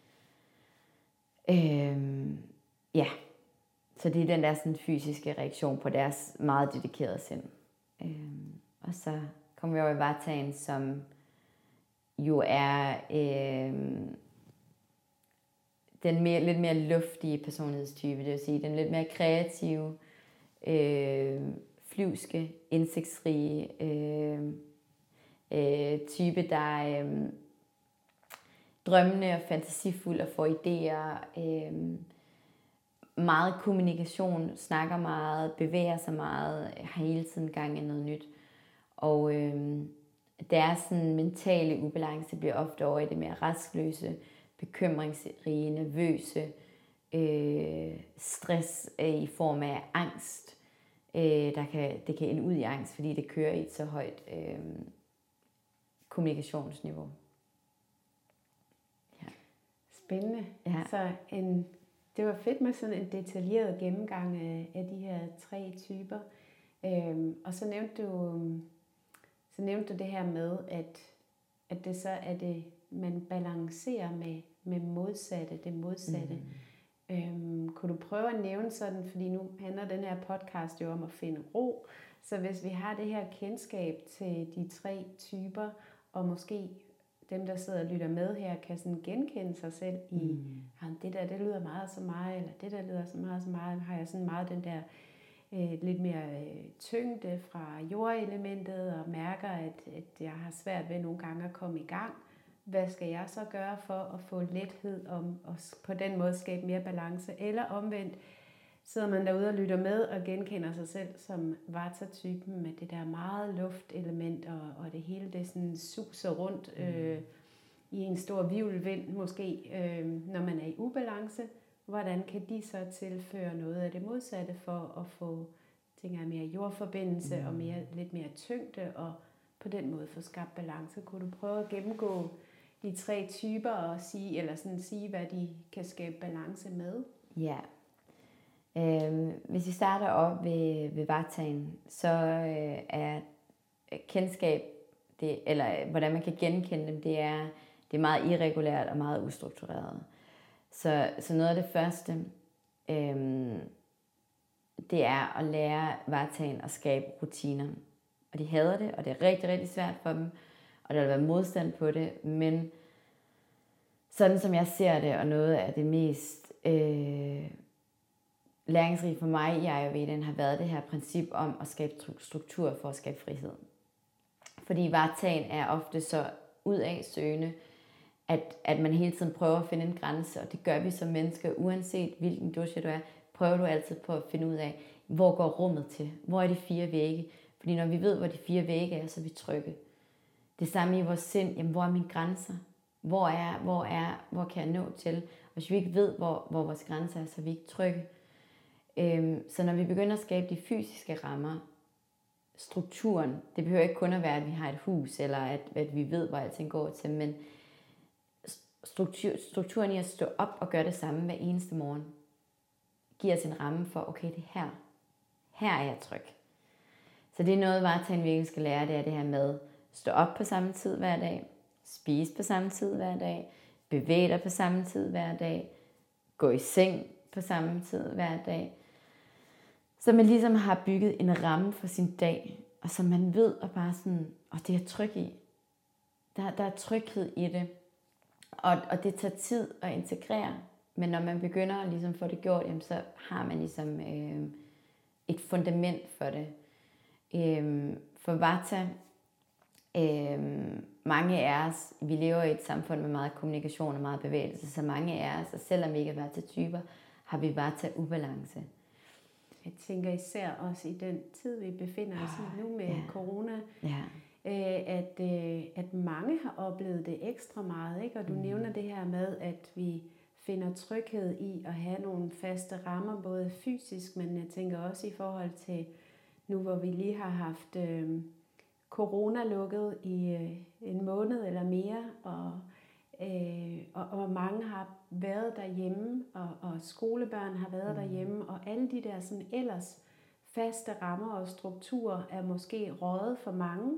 øhm, ja, så det er den der sådan, fysiske reaktion på deres meget dedikerede sind. Øhm, og så kommer vi over i Vataen, som jo er øhm, den mere, lidt mere luftige personlighedstype, det vil sige den lidt mere kreative, øh, flyvske, indsigtsrige øh, øh, type, der er øh, drømmende og fantasifuld og får idéer, øh, meget kommunikation, snakker meget, bevæger sig meget, har hele tiden gang i noget nyt. Og øh, deres sådan, mentale ubalance bliver ofte over i det mere rastløse, bekymringsrige, nervøse, øh, stress øh, i form af angst. Øh, der kan, det kan ende ud i angst, fordi det kører i et så højt øh, kommunikationsniveau. Ja. Spændende. Ja. Så en, det var fedt med sådan en detaljeret gennemgang af, af de her tre typer. Øhm, og så nævnte du så nævnte du det her med, at, at det så er det, man balancerer med, med modsatte, det modsatte. Mm. Øhm, kunne du prøve at nævne sådan, fordi nu handler den her podcast jo om at finde ro, så hvis vi har det her kendskab til de tre typer, og måske dem, der sidder og lytter med her, kan sådan genkende sig selv i, mm. det der, det lyder meget som mig, eller det der lyder så meget som mig, har jeg sådan meget den der øh, lidt mere øh, tyngde fra jordelementet, og mærker, at, at jeg har svært ved nogle gange at komme i gang. Hvad skal jeg så gøre for at få lethed om og på den måde skabe mere balance? Eller omvendt, sidder man derude og lytter med og genkender sig selv som Vata-typen med det der meget luftelement, og, og det hele det sådan suser rundt øh, i en stor hvirvelvind måske, øh, når man er i ubalance. Hvordan kan de så tilføre noget af det modsatte for at få tænker jeg, mere jordforbindelse mm. og mere, lidt mere tyngde, og på den måde få skabt balance? Kunne du prøve at gennemgå de tre typer og sige, eller sådan sige, hvad de kan skabe balance med? Ja. Øhm, hvis vi starter op ved, ved Vataen, så øh, er kendskab, det, eller hvordan man kan genkende dem, det er, det er meget irregulært og meget ustruktureret. Så, så noget af det første, øhm, det er at lære Vataen at skabe rutiner. og de hader det, og det er rigtig, rigtig svært for dem, og der vil være modstand på det, men sådan som jeg ser det, og noget af det mest øh, læringsrige for mig i Ayurvedaen, har været det her princip om at skabe struktur for at skabe frihed. Fordi vartaen er ofte så udadsøgende, at, at man hele tiden prøver at finde en grænse, og det gør vi som mennesker, uanset hvilken dosha du er, prøver du altid på at finde ud af, hvor går rummet til, hvor er de fire vægge, fordi når vi ved, hvor de fire vægge er, så er vi trygge. Det samme i vores sind, jamen hvor er mine grænser, hvor er, hvor er, hvor kan jeg nå til, og hvis vi ikke ved, hvor, hvor vores grænser er, så er vi ikke trygge. Øhm, så når vi begynder at skabe de fysiske rammer, strukturen, det behøver ikke kun at være, at vi har et hus, eller at, at vi ved, hvor alting går til, men struktur, strukturen i at stå op og gøre det samme hver eneste morgen, giver os en ramme for, okay, det er her. Her er jeg tryg. Så det er noget, vartaen virkelig skal lære, det er det her med stå op på samme tid hver dag, spise på samme tid hver dag, bevæge dig på samme tid hver dag, gå i seng på samme tid hver dag. Så man ligesom har bygget en ramme for sin dag, og som man ved, og bare sådan, og det er tryg i. Der, der er tryghed i det. Og, og det tager tid at integrere, men når man begynder at ligesom få det gjort, jamen, så har man ligesom øh, et fundament for det. Øh, for Vata, øh, mange af os, vi lever i et samfund med meget kommunikation og meget bevægelse, så mange af os, og selvom vi ikke er Vata-typer, har vi Vata-ubalance. Jeg tænker især også i den tid, vi befinder os i nu med ja. corona, ja. øh, at, øh, at mange har oplevet det ekstra meget, ikke? Og du mm. nævner det her med, at vi finder tryghed i at have nogle faste rammer, både fysisk, men jeg tænker også i forhold til nu, hvor vi lige har haft øh, corona lukket i øh, en måned eller mere, og Øh, og, og mange har været derhjemme, og, og skolebørn har været mm. derhjemme, og alle de der sådan ellers faste rammer og strukturer er måske røget for mange.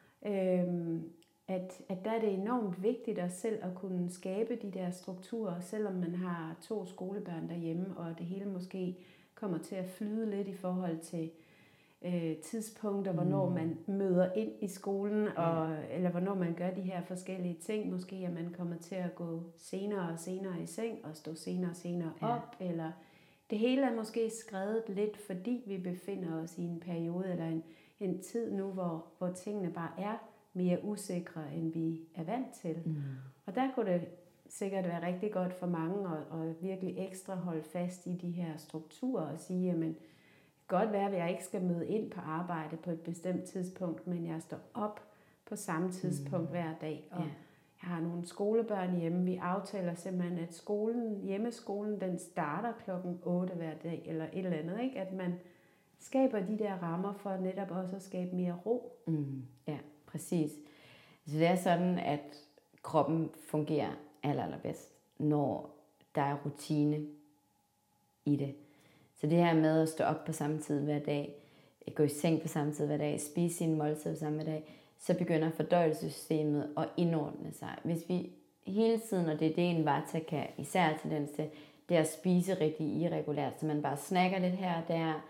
Øh, at, at der er det enormt vigtigt at selv at kunne skabe de der strukturer, selvom man har to skolebørn derhjemme, og det hele måske kommer til at flyde lidt i forhold til øh, tidspunkter, mm. hvornår man møder ind i skolen, og, mm. eller hvornår man gør de her forskellige ting. Måske er man kommer til at gå senere og senere i seng, og stå senere og senere op, ja. Eller det hele er måske skrevet lidt, fordi vi befinder os i en periode, eller en, en tid nu, hvor, hvor tingene bare er mere usikre, end vi er vant til. Mm. Og der kunne det sikkert være rigtig godt for mange, at, at virkelig ekstra holde fast i de her strukturer, og sige, jamen, godt være, at jeg ikke skal møde ind på arbejde på et bestemt tidspunkt, men jeg står op på samme tidspunkt mm. hver dag. Og yeah. jeg har nogle skolebørn hjemme. Vi aftaler simpelthen, at skolen, hjemmeskolen, den starter klokken otte hver dag, eller et eller andet. Ikke? At man skaber de der rammer for netop også at skabe mere ro. Mm. Ja, præcis. Så det er sådan, at kroppen fungerer aller, allerbedst, når der er rutine i det. Så det her med at stå op på samme tid hver dag, gå i seng på samme tid hver dag, spise sine måltider på samme dag, så begynder fordøjelsessystemet at indordne sig. Hvis vi hele tiden, og det er det en vata kan især have tendens til, det er at spise rigtig irregulært, så man bare snakker lidt her og der.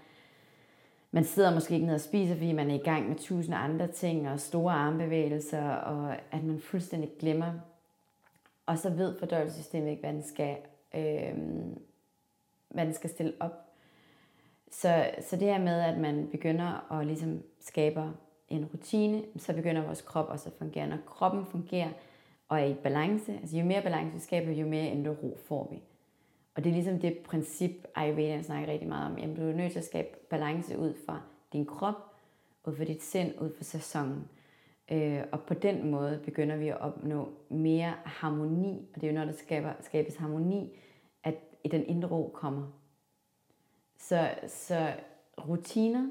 Man sidder måske ikke ned og spiser, fordi man er i gang med tusind andre ting og store armbevægelser, og at man fuldstændig glemmer. Og så ved fordøjelsessystemet ikke, hvad den skal, øh, hvad den skal stille op. Så, så det her med, at man begynder at ligesom skabe en rutine, så begynder vores krop også at fungere. Når kroppen fungerer og er i balance, altså jo mere balance vi skaber, jo mere indre ro får vi. Og det er ligesom det princip, Ayurveda snakker rigtig meget om. Jamen, du er nødt til at skabe balance ud fra din krop, ud fra dit sind, ud fra sæsonen. Øh, og på den måde begynder vi at opnå mere harmoni. Og det er jo når der skaber, skabes harmoni, at den indre ro kommer. Så, så rutiner,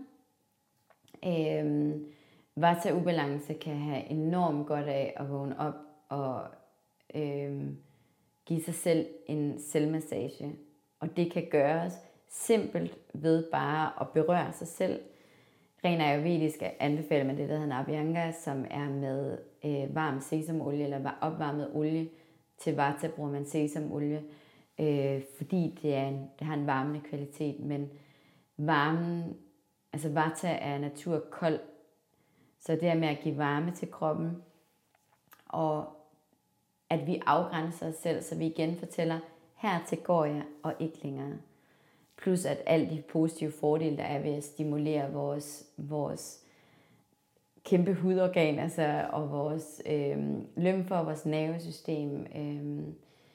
øh, vata-ubalance kan have enormt godt af at vågne op og øh, give sig selv en selvmassage. Og det kan gøres simpelt ved bare at berøre sig selv. Rent ayurvedisk anbefaler man det, der hedder Abhyanga, som er med øh, varm sesamolie eller opvarmet olie. Til vata bruger man sesamolie. Øh, fordi det, er en, det har en varmende kvalitet, men varmen, altså vata er natur kold, Så det her med at give varme til kroppen, og at vi afgrænser os selv, så vi igen fortæller, hertil går jeg, og ikke længere. Plus at alle de positive fordele, der er ved at stimulere vores, vores kæmpe hudorgan, altså, og vores øh, lymfer og vores nervesystem, øh,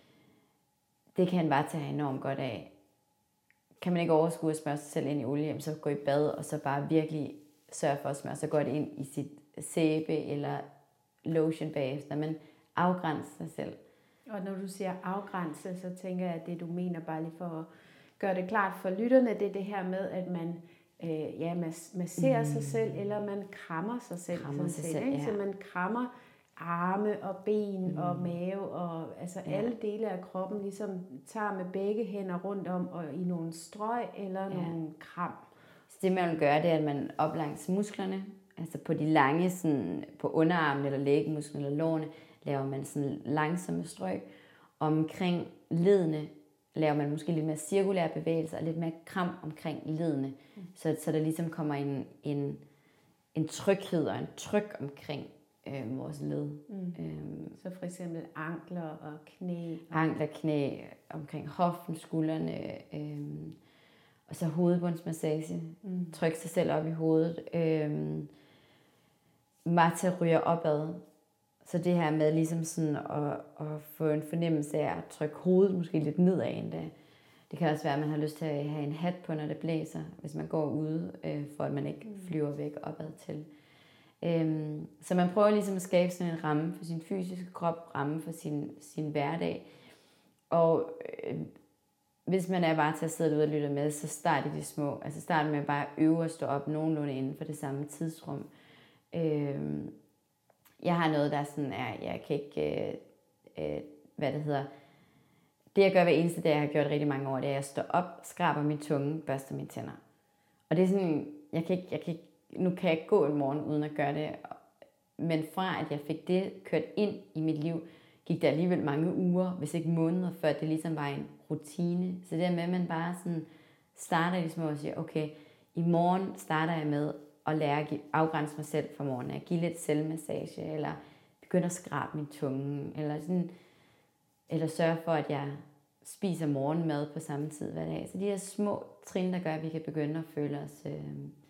det kan han bare tage enormt godt af. Kan man ikke overskue at smøre sig selv ind i olie, så gå i bad, og så bare virkelig sørge for at smøre sig godt ind i sit sæbe eller lotion bagefter, men afgrænse sig selv. Og når du siger afgrænse, så tænker jeg, at det du mener, bare lige for at gøre det klart for lytterne, det er det her med, at man øh, ja, masserer mm. sig selv, eller man krammer sig selv. Krammer sig set, selv, ikke? ja. Så man krammer arme og ben mm. og mave, og altså ja. alle dele af kroppen ligesom tager med begge hænder rundt om, og i nogle strøg eller ja. nogle kram. Så det man vil gøre, det er, at man op langs musklerne, altså på de lange, sådan, på underarmen eller lægmusklerne eller lårene, laver man sådan langsomme strøg. Omkring ledene laver man måske lidt mere cirkulære bevægelser og lidt mere kram omkring ledene, mm. så, så der ligesom kommer en, en, en tryghed og en tryk omkring øh, vores led. Mm. Øhm, så for eksempel ankler og knæ. Ankler, knæ, omkring hoften, skuldrene, øh, og så hovedbundsmassage. Mm. Tryk sig selv op i hovedet. Øh, Mata ryger opad. Så det her med ligesom sådan at, at få en fornemmelse af at trykke hovedet måske lidt nedad endda. Det kan også være, at man har lyst til at have en hat på, når det blæser, hvis man går ude, øh, for at man ikke flyver væk opad til. Øhm, så man prøver ligesom at skabe sådan en ramme for sin fysiske krop, ramme for sin, sin hverdag. Og øh, hvis man er bare til at sidde derude og lytte med, så start i de små. Altså start med at bare øve at stå op nogenlunde inden for det samme tidsrum. Øhm, Jeg har noget, der sådan er, jeg kan ikke, øh, øh, hvad det hedder, det jeg gør hver eneste dag, jeg har gjort rigtig mange år, det er, at jeg står op, skraber min tunge, børster mine tænder. Og det er sådan, jeg kan ikke, jeg kan ikke, nu kan jeg ikke gå en morgen uden at gøre det, men fra at jeg fik det kørt ind i mit liv, gik der alligevel mange uger, hvis ikke måneder, før det ligesom var en rutine. Så det er med, at man bare sådan starter ligesom og siger, okay, i morgen starter jeg med og lære at afgrænse mig selv fra morgenen, at give lidt selvmassage, eller begynde at skrabe min tunge, eller, sådan, eller sørge for, at jeg spiser morgenmad på samme tid hver dag. Så de her små trin, der gør, at vi kan begynde at føle os øh,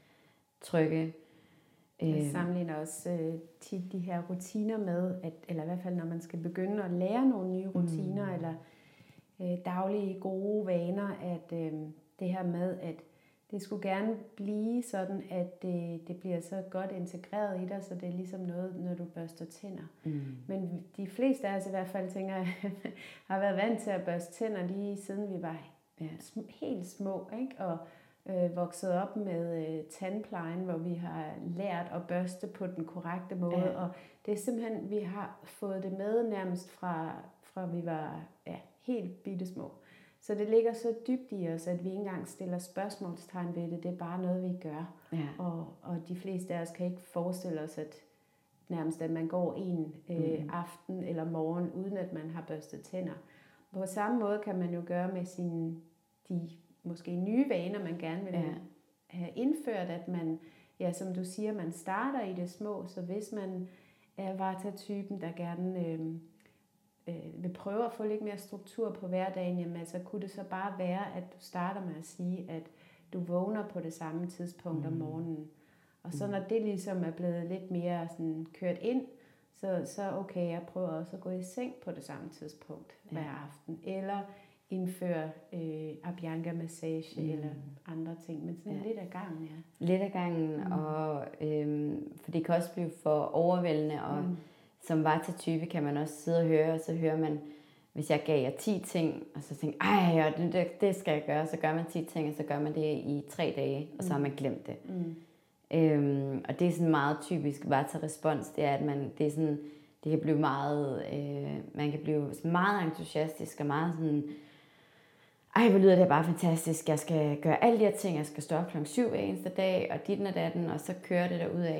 trygge. Jeg sammenligner også øh, tit de her rutiner med, at, eller i hvert fald når man skal begynde at lære nogle nye rutiner, mm. eller øh, daglige gode vaner, at øh, det her med, at det skulle gerne blive sådan, at det, det bliver så godt integreret i dig, så det er ligesom noget, når du børster tænder. Mm. Men de fleste af os i hvert fald, tænker jeg, har været vant til at børste tænder lige siden vi var ja, helt små, ikke? Og øh, vokset op med øh, tandplejen, hvor vi har lært at børste på den korrekte måde. Ja. Og det er simpelthen, vi har fået det med nærmest fra, fra vi var ja, helt bittesmå. Så det ligger så dybt i os, at vi ikke engang stiller spørgsmålstegn ved det. Det er bare noget, vi gør. Ja. Og, og de fleste af os kan ikke forestille os, at nærmest at man går en øh, mm. aften eller morgen, uden at man har børstet tænder. På samme måde kan man jo gøre med sine, de måske nye vaner, man gerne vil ja. have indført, at man, ja, som du siger, man starter i det små. Så hvis man er Vata-typen, der gerne øh, øh, vil prøve at få lidt mere struktur på hverdagen, jamen altså kunne det så bare være, at du starter med at sige, at du vågner på det samme tidspunkt mm. om morgenen. Og så når det ligesom er blevet lidt mere sådan kørt ind, så, så okay, jeg prøver også at gå i seng på det samme tidspunkt hver ja. aften. Eller indføre øh, Abhyanga-massage mm. eller andre ting. Men sådan ja. lidt af gangen, ja. Lidt af gangen, mm. og øhm, for det kan også blive for overvældende, og mm. som Vata-type kan man også sidde og høre, og så hører man, hvis jeg gav jer ti ting, og så tænker ej, det, det, det skal jeg gøre, så gør man ti ting, og så gør man det i tre dage, og så har man glemt det. Mm. Øhm, og det er sådan meget typisk Vata-respons, det er, at man, det er sådan, det kan blive meget, øh, man kan blive meget entusiastisk, og meget sådan, ej, hvor lyder det bare fantastisk, jeg skal gøre alle de her ting, jeg skal stå op klokken syv hver eneste dag, og dit og datten, og så kører det derudad.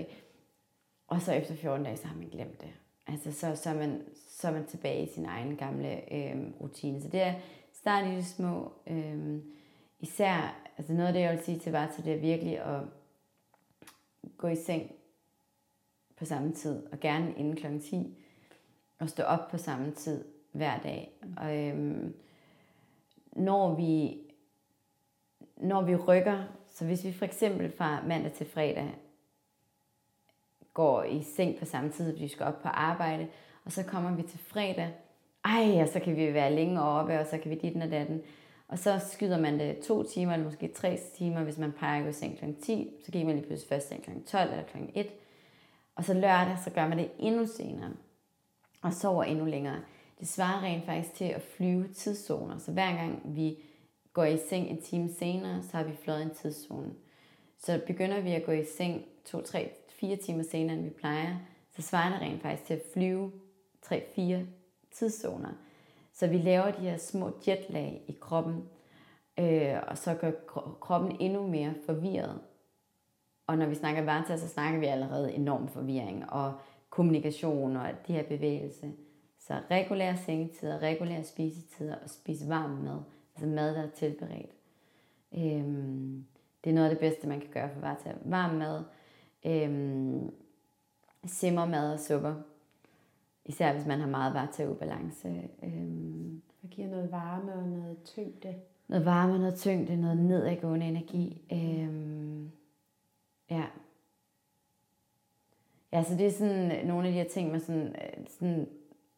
Og så efter fjorten dage, så har man glemt det. Altså, så, så, er, man, så er man tilbage i sin egen gamle øh, rutine. Så det er start i det små. Øh, især, altså noget af det, jeg vil sige til Vata, det er virkelig at gå i seng på samme tid, og gerne inden klokken ti, og stå op på samme tid hver dag. Og, øhm, når vi når vi rykker, så hvis vi for eksempel fra mandag til fredag går i seng på samme tid, fordi vi skal op på arbejde, og så kommer vi til fredag, ej, og så kan vi være længe oppe, og så kan vi dit og datten. Og så skyder man det to timer, eller måske tre timer, hvis man peger at gå i seng klokken ti, så gik man lige pludselig først seng klokken tolv eller klokken et. Og så lørdag, så gør man det endnu senere, og sover endnu længere. Det svarer rent faktisk til at flyve tidszoner, så hver gang vi går i seng en time senere, så har vi fløjet en tidszone. Så begynder vi at gå i seng to, tre, fire timer senere, end vi plejer, så svarer det rent faktisk til at flyve tre, fire tidszoner. Så vi laver de her små jetlag i kroppen, øh, og så gør kroppen endnu mere forvirret. Og når vi snakker vata, så snakker vi allerede enorm forvirring og kommunikation og de her bevægelser. Så regulære sengetider, regulære spisetider og spise varm mad. Altså mad, der er tilberedt. Øhm, det er noget af det bedste, man kan gøre for vata. Varm mad, øhm, simmermad og supper. Især hvis man har meget vata-ubalance. Øhm, det giver noget varme og noget tyngde. Noget varme og noget tyngde, noget nedadgående energi. Øhm, ja. Ja, så det er sådan nogle af de her ting, man sådan, sådan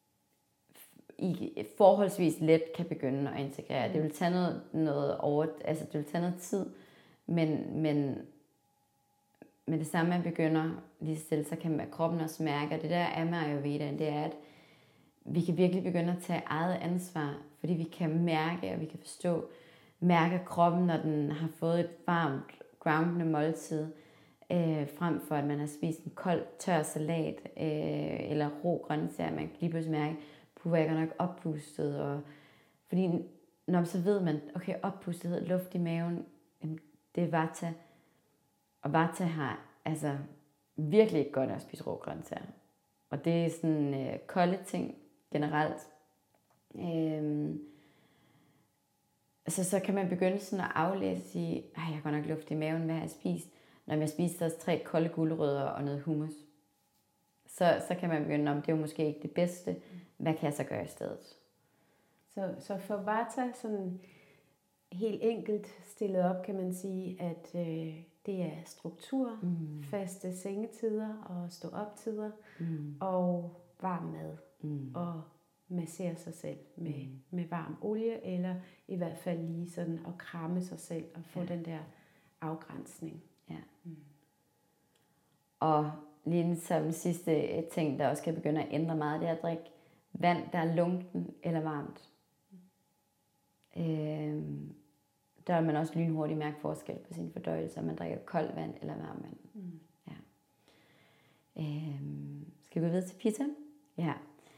i forholdsvis let kan begynde at integrere. Mm. Det vil tage noget, noget over, altså det vil tage noget tid, men, men med det samme man begynder lige stille, så kan man, kroppen også mærke, og det der er med Ayurveda, det er, at vi kan virkelig begynde at tage eget ansvar, fordi vi kan mærke, og vi kan forstå, mærke kroppen, når den har fået et varmt, groundende måltid, øh, frem for at man har spist en kold, tør salat, øh, eller rå grøntsager, man kan lige pludselig mærke, puh, jeg er nok oppustet, og fordi når så ved man, okay, oppustethed, luft i maven, det er vata, og vata har altså virkelig ikke godt at spise rå grøntsager, og det er sådan øh, kolde ting generelt. Øhm, så, så kan man begynde sådan at aflæse og sige, ej, jeg har godt nok luft i maven, hvad har jeg spist? Når jeg spiser også tre kolde gulerødder og noget hummus, så, så kan man begynde, om det er jo måske ikke det bedste, hvad kan jeg så gøre i stedet? Så, så for vata, sådan helt enkelt stillet op, kan man sige, at øh, det er struktur, mm. faste sengetider og stå op tider, mm. og varm mad, mm. og massere sig selv med, mm. med varm olie, eller i hvert fald lige sådan at kramme sig selv og få ja. den der afgrænsning. Ja. Mm. Og lige som den sidste ting, der også kan begynde at ændre meget, det er at drikke vand, der er lunken eller varmt. Mm. Øhm, der vil man også lynhurtigt mærke forskel på sin fordøjelse, om man drikker koldt vand eller varmt vand. Mm. Ja. Øhm, skal vi gå videre til pitta? Ja.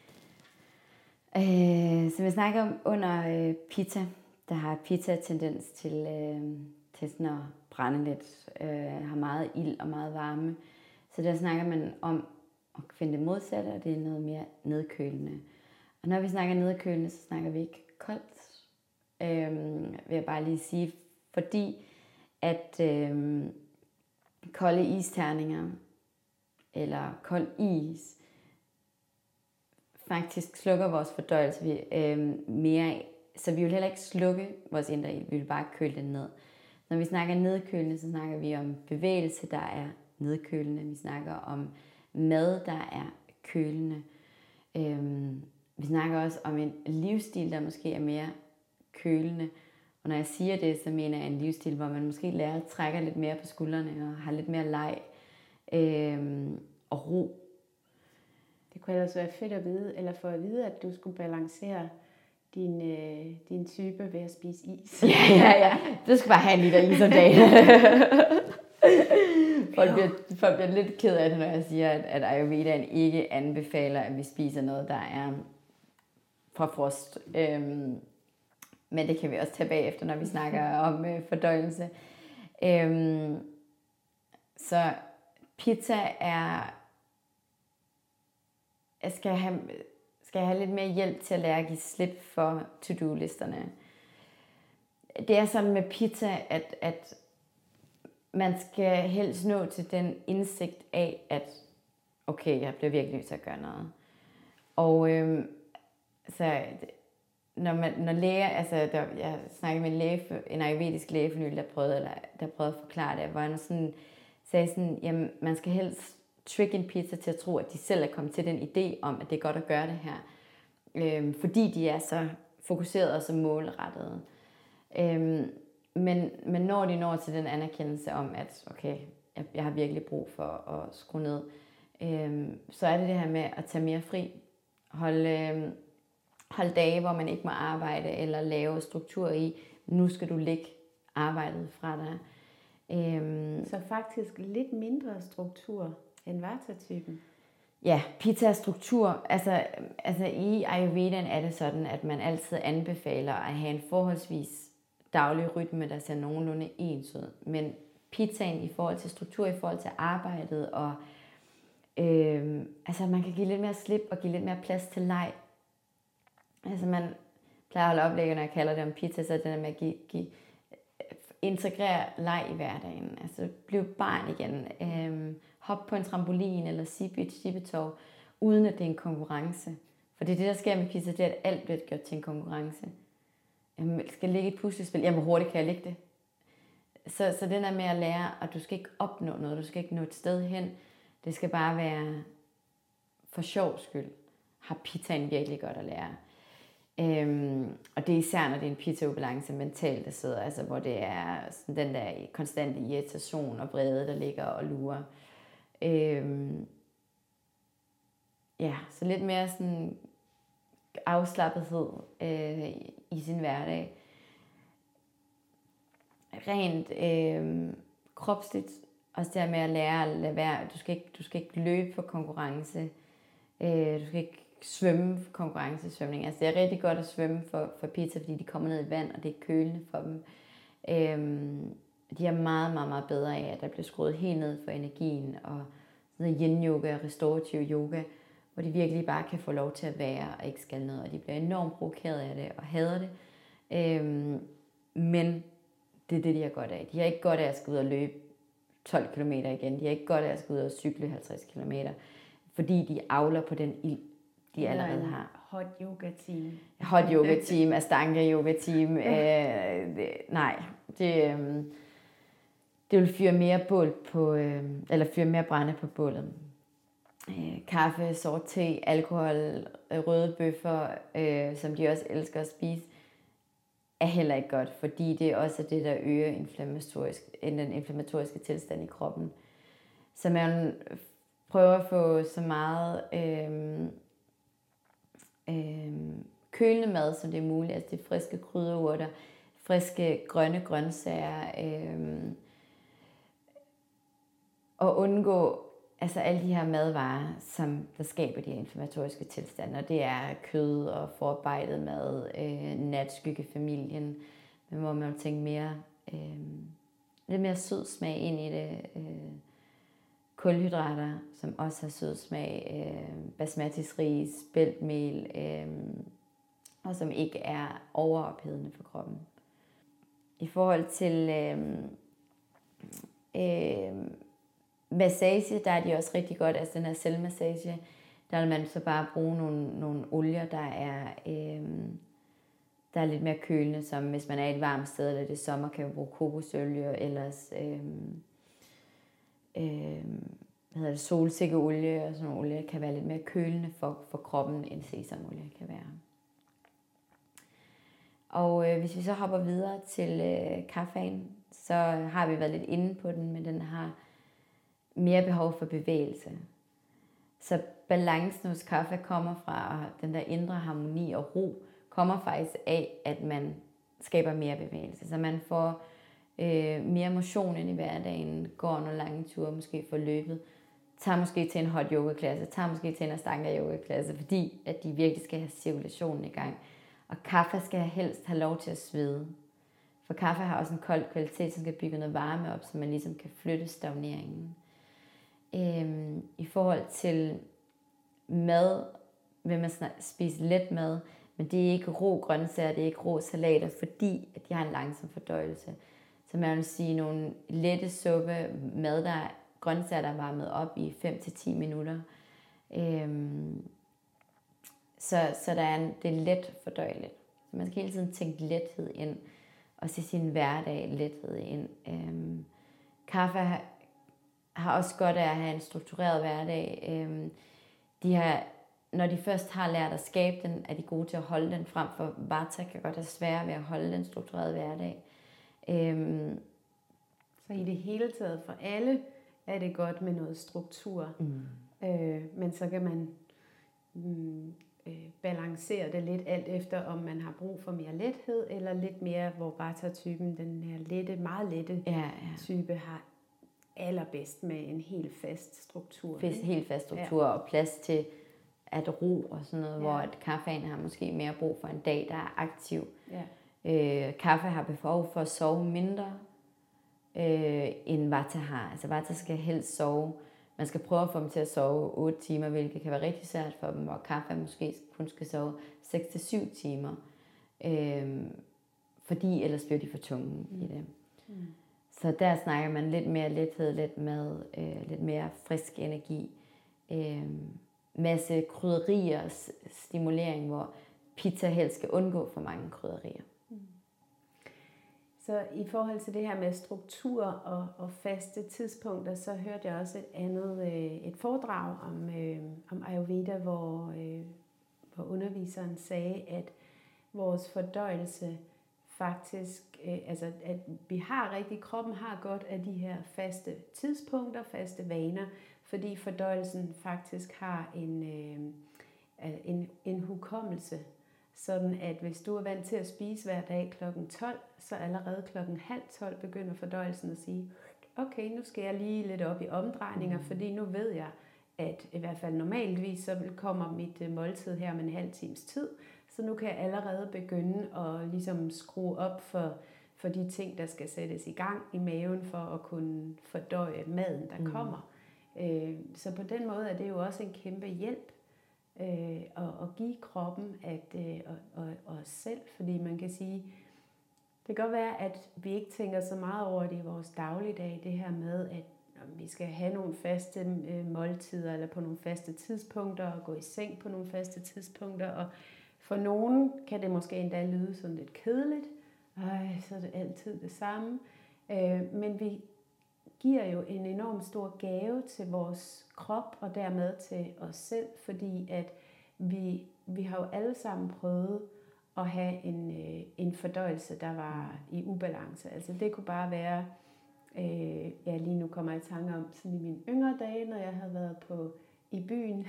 Øh, som vi snakker om under øh, pitta, der har pitta tendens til, øh, til sådan at brænde lidt, øh, har meget ild og meget varme. Så der snakker man om at finde det modsatte, og det er noget mere nedkølende. Og når vi snakker nedkølende, så snakker vi ikke koldt, øhm, vil jeg bare lige sige, fordi at øhm, kolde isterninger, eller kold is, faktisk slukker vores fordøjelse øhm, mere, så vi vil heller ikke slukke vores indre ild, vi vil bare køle det ned. Når vi snakker nedkølende, så snakker vi om bevægelse, der er nedkølende. Vi snakker om mad, der er kølende. Øhm, vi snakker også om en livsstil, der måske er mere kølende. Og når jeg siger det, så mener jeg en livsstil, hvor man måske lærer at trække lidt mere på skuldrene og har lidt mere leg øhm, og ro. Det kunne ellers være fedt at vide, eller få at vide, at du skulle balancere din, øh, din type ved at spise is. Ja, ja, ja. Du skal bare have en liter is om dagen. Folk bliver, folk bliver lidt ked af det, når jeg siger, at, at Ayurvedaen ikke anbefaler, at vi spiser noget, der er fra frost. Øhm, men det kan vi også tage bagefter, når vi snakker om øh, fordøjelse. Øhm, så pitta er... Jeg skal have, skal jeg have lidt mere hjælp til at lære at give slip for to-do-listerne. Det er sådan med pitta, at, at man skal helst nå til den indsigt af, at okay, jeg bliver virkelig nødt til at gøre noget. Og øh, så når, man, når læger, altså der, jeg snakkede med en, læge, en ayurvedisk læge for nylig, der prøvede, eller, der prøvede at forklare det, hvor han sådan, sagde sådan, jamen man skal helst trick en pizza til at tro, at de selv er kommet til den idé om, at det er godt at gøre det her. Øhm, fordi de er så fokuserede og så målrettede. Øhm, men, men når de når til den anerkendelse om, at okay, jeg, jeg har virkelig brug for at skrue ned, øhm, så er det det her med at tage mere fri. Holde, øhm, holde dage, hvor man ikke må arbejde, eller lave struktur i, nu skal du lægge arbejdet fra dig. Øhm, så faktisk lidt mindre struktur end Vata-typen? Ja, pitta er struktur. Altså, altså i Ayurvedaen er det sådan, at man altid anbefaler at have en forholdsvis daglig rytme, der ser nogenlunde ens ud. Men pittaen i forhold til struktur, i forhold til arbejdet, og øh, altså man kan give lidt mere slip og give lidt mere plads til leg. Altså man plejer at holde oplægget, når jeg kalder det om pitta, så er det der med at give, give, integrere leg i hverdagen. Altså blive barn igen. Øh, Hop på en trampolin eller sige et shippetov, uden at det er en konkurrence. For det er det, der sker med pizza, det er, at alt bliver gjort til en konkurrence. Jeg skal lægge et puslespil. Jamen, hvor hurtigt kan jeg lægge det? Så, så den er med at lære, at du skal ikke opnå noget, du skal ikke nå et sted hen. Det skal bare være for sjov skyld. Har pizzaen virkelig godt at lære. Øhm, og det er især, når det er en pizza-ubalance mentalt, der sidder, altså, hvor det er sådan den der konstante irritation og vrede, der ligger og lurer. Øhm, ja, så lidt mere sådan afslappethed øh, i sin hverdag. Rent øh, kropsligt, også der med at lære at lade være. Du skal ikke, du skal ikke løbe for konkurrence. Øh, du skal ikke svømme for konkurrencesvømning. Altså det er rigtig godt at svømme for, for pizza, fordi de kommer ned i vand, og det er kølende for dem. Øhm, de er meget, meget, meget bedre af, at der bliver skruet helt ned for energien, og sådan noget yin-yoga og restorativ yoga, hvor de virkelig bare kan få lov til at være og ikke skal noget, og de bliver enormt provokeret af det og hader det. Øhm, men det er det, de har godt af. De har ikke godt af at skal ud og løbe tolv kilometer igen. De har ikke godt af at skal ud og cykle halvtreds kilometer, fordi de avler på den ild, de allerede har. Hot yoga team. Hot yoga team, Ashtanga yoga team. øh, det, nej, det, øh, det vil fyre mere bål på, øh, eller fyre mere brænde på bålet. Øh, kaffe, sort te, alkohol, røde bøffer, øh, som de også elsker at spise, er heller ikke godt, fordi det er også det, der øger inflammatorisk, den inflammatoriske tilstand i kroppen. Så man prøver at få så meget øh, øh, kølende mad, som det er muligt. Altså det er friske krydderurter, friske grønne grøntsager, øh, og undgå altså alle de her madvarer, som der skaber de her inflammatoriske tilstande. Og det er kød og forarbejdet mad, øh, natskyggefamilien, men hvor man tænker mere, øh, lidt mere sød smag ind i det. Øh, kulhydrater, som også har sød smag, øh, basmatisk ris, bæltmel, øh, og som ikke er overophedende for kroppen. I forhold til øh, øh, massage, der er de også rigtig godt, altså den her selvmassage, der vil man så bare bruge nogle, nogle olier, der er, øh, der er lidt mere kølende, som hvis man er i et varmt sted, eller det er sommer, kan man bruge kokosolie, ellers øh, øh, hvad hedder det, solsikkeolie, og sådan nogle olier kan være lidt mere kølende for, for kroppen, end sesamolie kan være. Og øh, hvis vi så hopper videre til øh, kaffen, så har vi været lidt inde på den, men den har mere behov for bevægelse. Så balancen hos kaffe kommer fra den der indre harmoni og ro, kommer faktisk af, at man skaber mere bevægelse. Så man får øh, mere motion ind i hverdagen, går nogle lange ture, måske får løbet, tager måske til en hot yoga-klasse, tager måske til en Ashtanga yoga-klasse, fordi at de virkelig skal have cirkulationen i gang. Og kaffe skal helst have lov til at svede. For kaffe har også en kold kvalitet, som skal bygge noget varme op, så man ligesom kan flytte stagneringen. Øhm, I forhold til mad vil man spise let mad, men det er ikke rå grøntsager, det er ikke rå salater, fordi at de har en langsom fordøjelse. Så man vil sige nogle lette suppe, mad, der er grøntsager, der er varmet op i fem til ti minutter, Øhm, så, så der er en, det er let fordøjeligt. Så man skal hele tiden tænke lethed ind, og se sin hverdag lethed ind. Øhm, kaffe har, har også godt af at have en struktureret hverdag. Øhm, de har, når de først har lært at skabe den, er de gode til at holde den, frem for Vata kan godt have svært ved at holde den strukturerede hverdag. Øhm, så i det hele taget for alle er det godt med noget struktur. Mm. Øh, men så kan man mm, øh, balancere det lidt alt efter, om man har brug for mere lethed, eller lidt mere, hvor Vata-typen, den her lette, meget lette ja, ja. type, har allerbedst med en helt fast struktur. Fast, helt fast struktur, ja. Og plads til at ro og sådan noget, ja. Hvor at kaffen har måske mere brug for en dag, der er aktiv. Ja. Øh, kaffe har behov for at sove mindre, øh, end Vata har. Altså Vata skal helst sove. Man skal prøve at få dem til at sove otte timer, hvilket kan være rigtig svært for dem, og kaffe måske kun skal sove seks til syv timer. Øh, fordi ellers bliver de for tunge mm. i det. Mm. Så der snakker man lidt mere lethed, lidt mad, øh, lidt mere frisk energi. Øh, masse krydderier, stimulering, hvor pizza helst skal undgå for mange krydderier. Mm. Så i forhold til det her med struktur og, og faste tidspunkter, så hørte jeg også et andet øh, et foredrag om, øh, om Ayurveda, hvor, øh, hvor underviseren sagde, at vores fordøjelse faktisk, øh, altså at vi har rigtig, kroppen har godt af de her faste tidspunkter, faste vaner, fordi fordøjelsen faktisk har en, øh, en, en hukommelse. Sådan at hvis du er vant til at spise hver dag klokken tolv, så allerede klokken halv tolv begynder fordøjelsen at sige, okay, nu skal jeg lige lidt op i omdrejninger, mm. fordi nu ved jeg, at i hvert fald normaltvis, så kommer mit måltid her med en halv times tid, så nu kan jeg allerede begynde at ligesom skrue op for, for de ting, der skal sættes i gang i maven, for at kunne fordøje maden, der mm. kommer. Så på den måde er det jo også en kæmpe hjælp øh, at, at give kroppen at, øh, og, og, og os selv, fordi man kan sige, det kan godt være, at vi ikke tænker så meget over det i vores dagligdag, det her med, at vi skal have nogle faste øh, måltider, eller på nogle faste tidspunkter, og gå i seng på nogle faste tidspunkter, og for nogen kan det måske endda lyde sådan lidt kedeligt, ej, så er det altid det samme, øh, men vi giver jo en enorm stor gave til vores krop og dermed til os selv, fordi at vi, vi har jo alle sammen prøvet at have en, en fordøjelse, der var i ubalance. Altså det kunne bare være, øh, ja lige nu kommer jeg i tanke om sådan i mine yngre dage, når jeg havde været på i byen,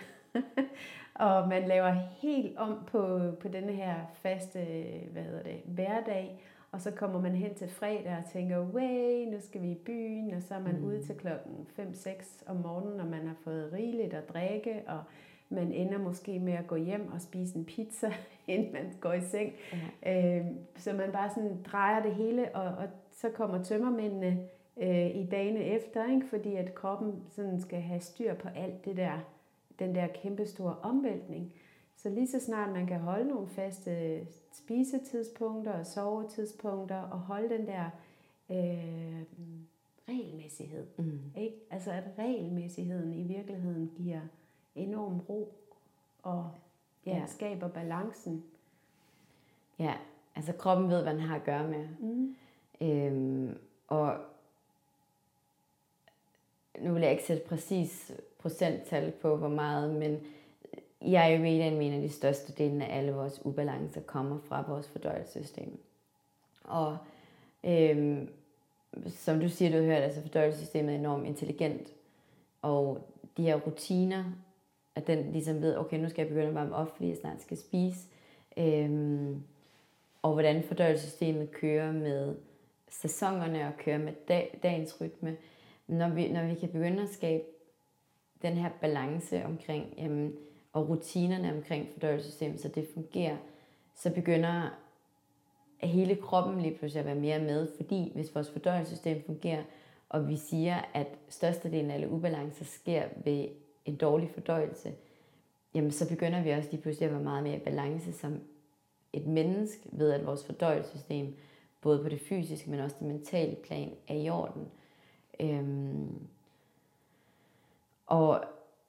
og man laver helt om på, på denne her faste, hvad hedder det, hverdag, og så kommer man hen til fredag og tænker, way, nu skal vi i byen, og så er man mm. ude til klokken fem seks om morgenen, og man har fået rigeligt at drikke, og man ender måske med at gå hjem og spise en pizza, inden man går i seng. Ja. Øh, så man bare sådan drejer det hele, og, og så kommer tømmermændene øh, i dagene efter, ikke? Fordi at kroppen sådan skal have styr på alt det der, den der kæmpestore omvæltning. Så lige så snart man kan holde nogle faste spisetidspunkter og sovetidspunkter og holde den der øh, regelmæssighed. Mm. Ikke? Altså at regelmæssigheden i virkeligheden giver enorm ro og ja, ja. skaber balancen. Ja, altså kroppen ved, hvad den har at gøre med. Mm. Øhm, og nu vil jeg ikke sætte præcis procenttal på, hvor meget, men i Ayurvedaen mener de største delen af alle vores ubalancer kommer fra vores fordøjelsessystem. Og øhm, som du siger, du har hørt, altså fordøjelsessystemet er enormt intelligent. Og de her rutiner, at den ligesom ved, okay, nu skal jeg begynde at varme op, fordi jeg snart skal spise. Øhm, og hvordan fordøjelsessystemet kører med sæsonerne og kører med dag, dagens rytme. Når vi, når vi kan begynde at skabe den her balance omkring, jamen, og rutinerne omkring fordøjelsessystemet, så det fungerer, så begynder hele kroppen lige pludselig at være mere med, fordi hvis vores fordøjelsessystem fungerer, og vi siger, at størstedelen af alle ubalancer sker ved en dårlig fordøjelse, jamen så begynder vi også lige pludselig at være meget mere i balance som et menneske, ved at vores fordøjelsessystem, både på det fysiske, men også det mentale plan, er i orden. Øhm, og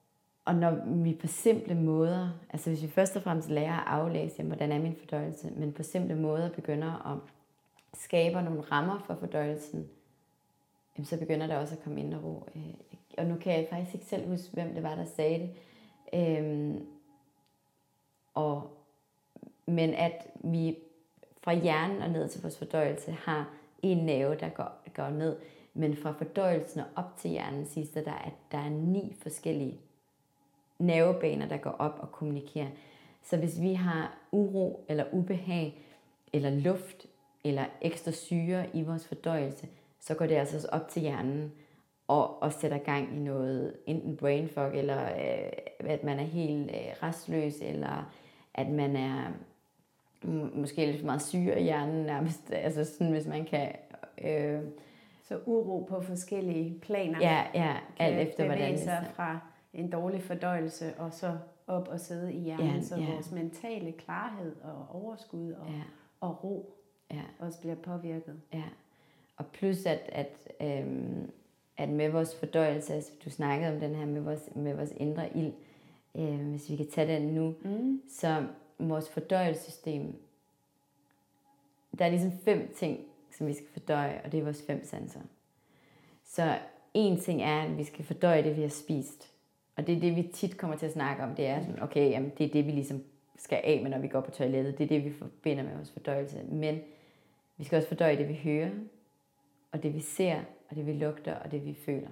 Og når vi på simple måder, altså hvis vi først og fremmest lærer at aflæse, jamen, hvordan er min fordøjelse, men på simple måder begynder at skabe nogle rammer for fordøjelsen, jamen, så begynder der også at komme indre ro. Og nu kan jeg faktisk ikke selv huske, hvem det var, der sagde det. Øhm, og, men at vi fra hjernen og ned til vores fordøjelse har en nerve, der går, går ned, men fra fordøjelsen og op til hjernen siges der, at der er ni forskellige nervebaner, der går op og kommunikerer. Så hvis vi har uro eller ubehag, eller luft, eller ekstra syre i vores fordøjelse, så går det altså også op til hjernen og, og sætter gang i noget, enten brain fog, eller øh, at man er helt øh, restløs, eller at man er m- måske lidt for meget syre i hjernen, nærmest, altså sådan, hvis man kan... Øh, så uro på forskellige planer. Ja, ja, alt efter hvordan det sig fra en dårlig fordøjelse, og så op og sidde i hjernen, ja, så ja. vores mentale klarhed og overskud og, ja. og ro ja. også bliver påvirket. Ja, og plus at, at, øhm, at med vores fordøjelse, altså du snakkede om den her med vores, med vores indre ild, øh, hvis vi kan tage den nu, mm. så vores fordøjelsessystem, der er ligesom fem ting, som vi skal fordøje, og det er vores fem sanser. Så en ting er, at vi skal fordøje det, vi har spist. Og det er det, vi tit kommer til at snakke om. Det er sådan, okay, jamen, det er det, vi ligesom skal af med, når vi går på toilettet. Det er det, vi forbinder med vores fordøjelse. Men vi skal også fordøje det, vi hører, og det, vi ser, og det, vi lugter, og det, vi føler.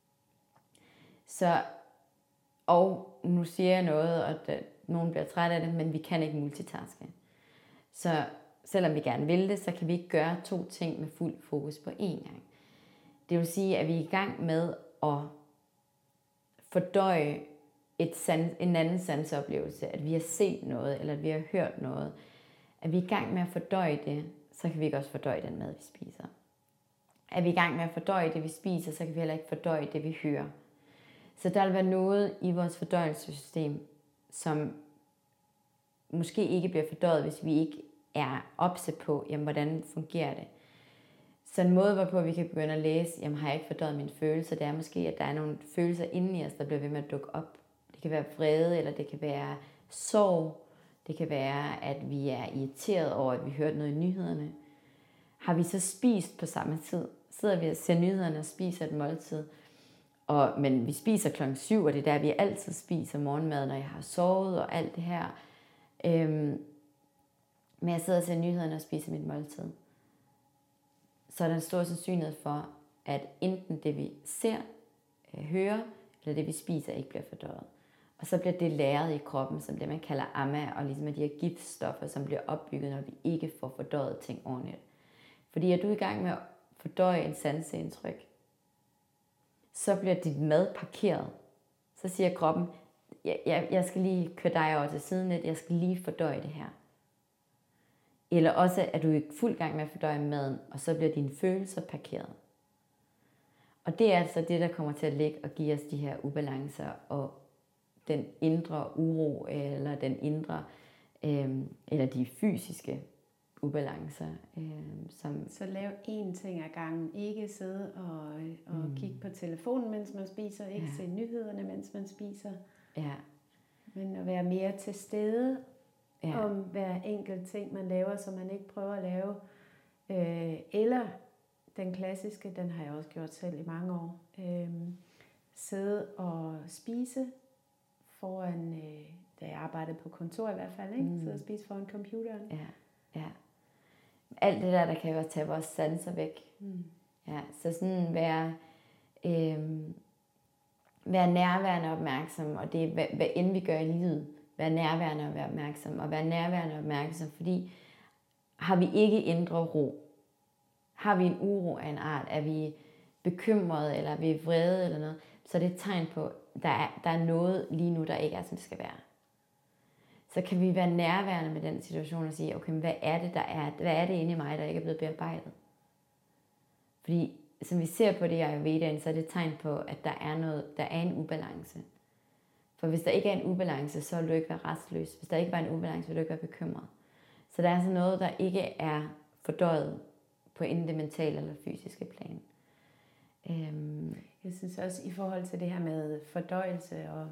Så, og nu siger jeg noget, og at nogen bliver træt af det, men vi kan ikke multitaske. Så selvom vi gerne vil det, så kan vi ikke gøre to ting med fuld fokus på én gang. Det vil sige, at vi er i gang med at fordøje et sans, en anden sanseoplevelse, at vi har set noget, eller at vi har hørt noget. At vi er i gang med at fordøje det, så kan vi ikke også fordøje den mad, vi spiser. Er vi i gang med at fordøje det, vi spiser, så kan vi heller ikke fordøje det, vi hører. Så der vil være noget i vores fordøjelsessystem, som måske ikke bliver fordøjet, hvis vi ikke er opsat på, jamen, hvordan fungerer det. Så en måde, hvorpå vi kan begynde at læse, jamen har jeg ikke fordøjet mine følelser, det er måske, at der er nogle følelser inde i os, der bliver ved med at dukke op. Det kan være vrede, eller det kan være sorg. Det kan være, at vi er irriteret over, at vi hørte noget i nyhederne. Har vi så spist på samme tid? Sidder vi og ser nyhederne og spiser et måltid? Og, men vi spiser klokken syv, og det er der, vi altid spiser morgenmad, når jeg har sovet og alt det her. Øhm, men jeg sidder og ser nyhederne og spiser mit måltid. Så er der en stor sandsynlighed for, at enten det, vi ser, øh, hører, eller det, vi spiser, ikke bliver fordøjet. Og så bliver det lagret i kroppen, som det, man kalder amma, og ligesom de her giftstoffer, som bliver opbygget, når vi ikke får fordøjet ting ordentligt. Fordi er du i gang med at fordøje en sanseindtryk, så bliver dit mad parkeret. Så siger kroppen, jeg, jeg, jeg skal lige køre dig over til siden lidt, jeg skal lige fordøje det her. Eller også er du i fuld gang med at fordøje maden, og så bliver dine følelser parkeret. Og det er altså det, der kommer til at ligge og give os de her ubalancer, og den indre uro, eller den indre, øh, eller de fysiske ubalancer. Øh, som så lav én ting ad gangen. Ikke sidde og, og mm. kigge på telefonen, mens man spiser. Ikke ja. se nyhederne, mens man spiser. Ja. Men at være mere til stede ja. om hver enkelt ting, man laver, så man ikke prøver at lave. Øh, eller den klassiske, den har jeg også gjort selv i mange år. Øh, sidde og spise foran, øh, da jeg arbejdede på kontor i hvert fald, ikke? Mm. Sidde og spise foran computeren. Ja, ja. Alt det der, der kan jo også tage vores sanser væk. Mm. Ja, så sådan være, øh, være nærværende og opmærksom, og det er, hvad, hvad end vi gør i livet, være nærværende og være opmærksom, og være nærværende og opmærksom, fordi har vi ikke indre ro, har vi en uro af en art, er vi bekymrede, eller er vi vrede eller noget, så er det et tegn på, der er, der er noget lige nu, der ikke er, som det skal være. Så kan vi være nærværende med den situation og sige, okay, men hvad er det, der er, hvad er det inde i mig, der ikke er blevet bearbejdet? Fordi som vi ser på det i Ayurvedaen, så er det et tegn på, at der er, noget, der er en ubalance. For hvis der ikke er en ubalance, så vil du ikke være restløs. Hvis der ikke var en ubalance, vil du ikke være bekymret. Så der er altså noget, der ikke er fordøjet på enten det mentale eller fysiske plan. Øhm. Jeg synes også i forhold til det her med fordøjelse, og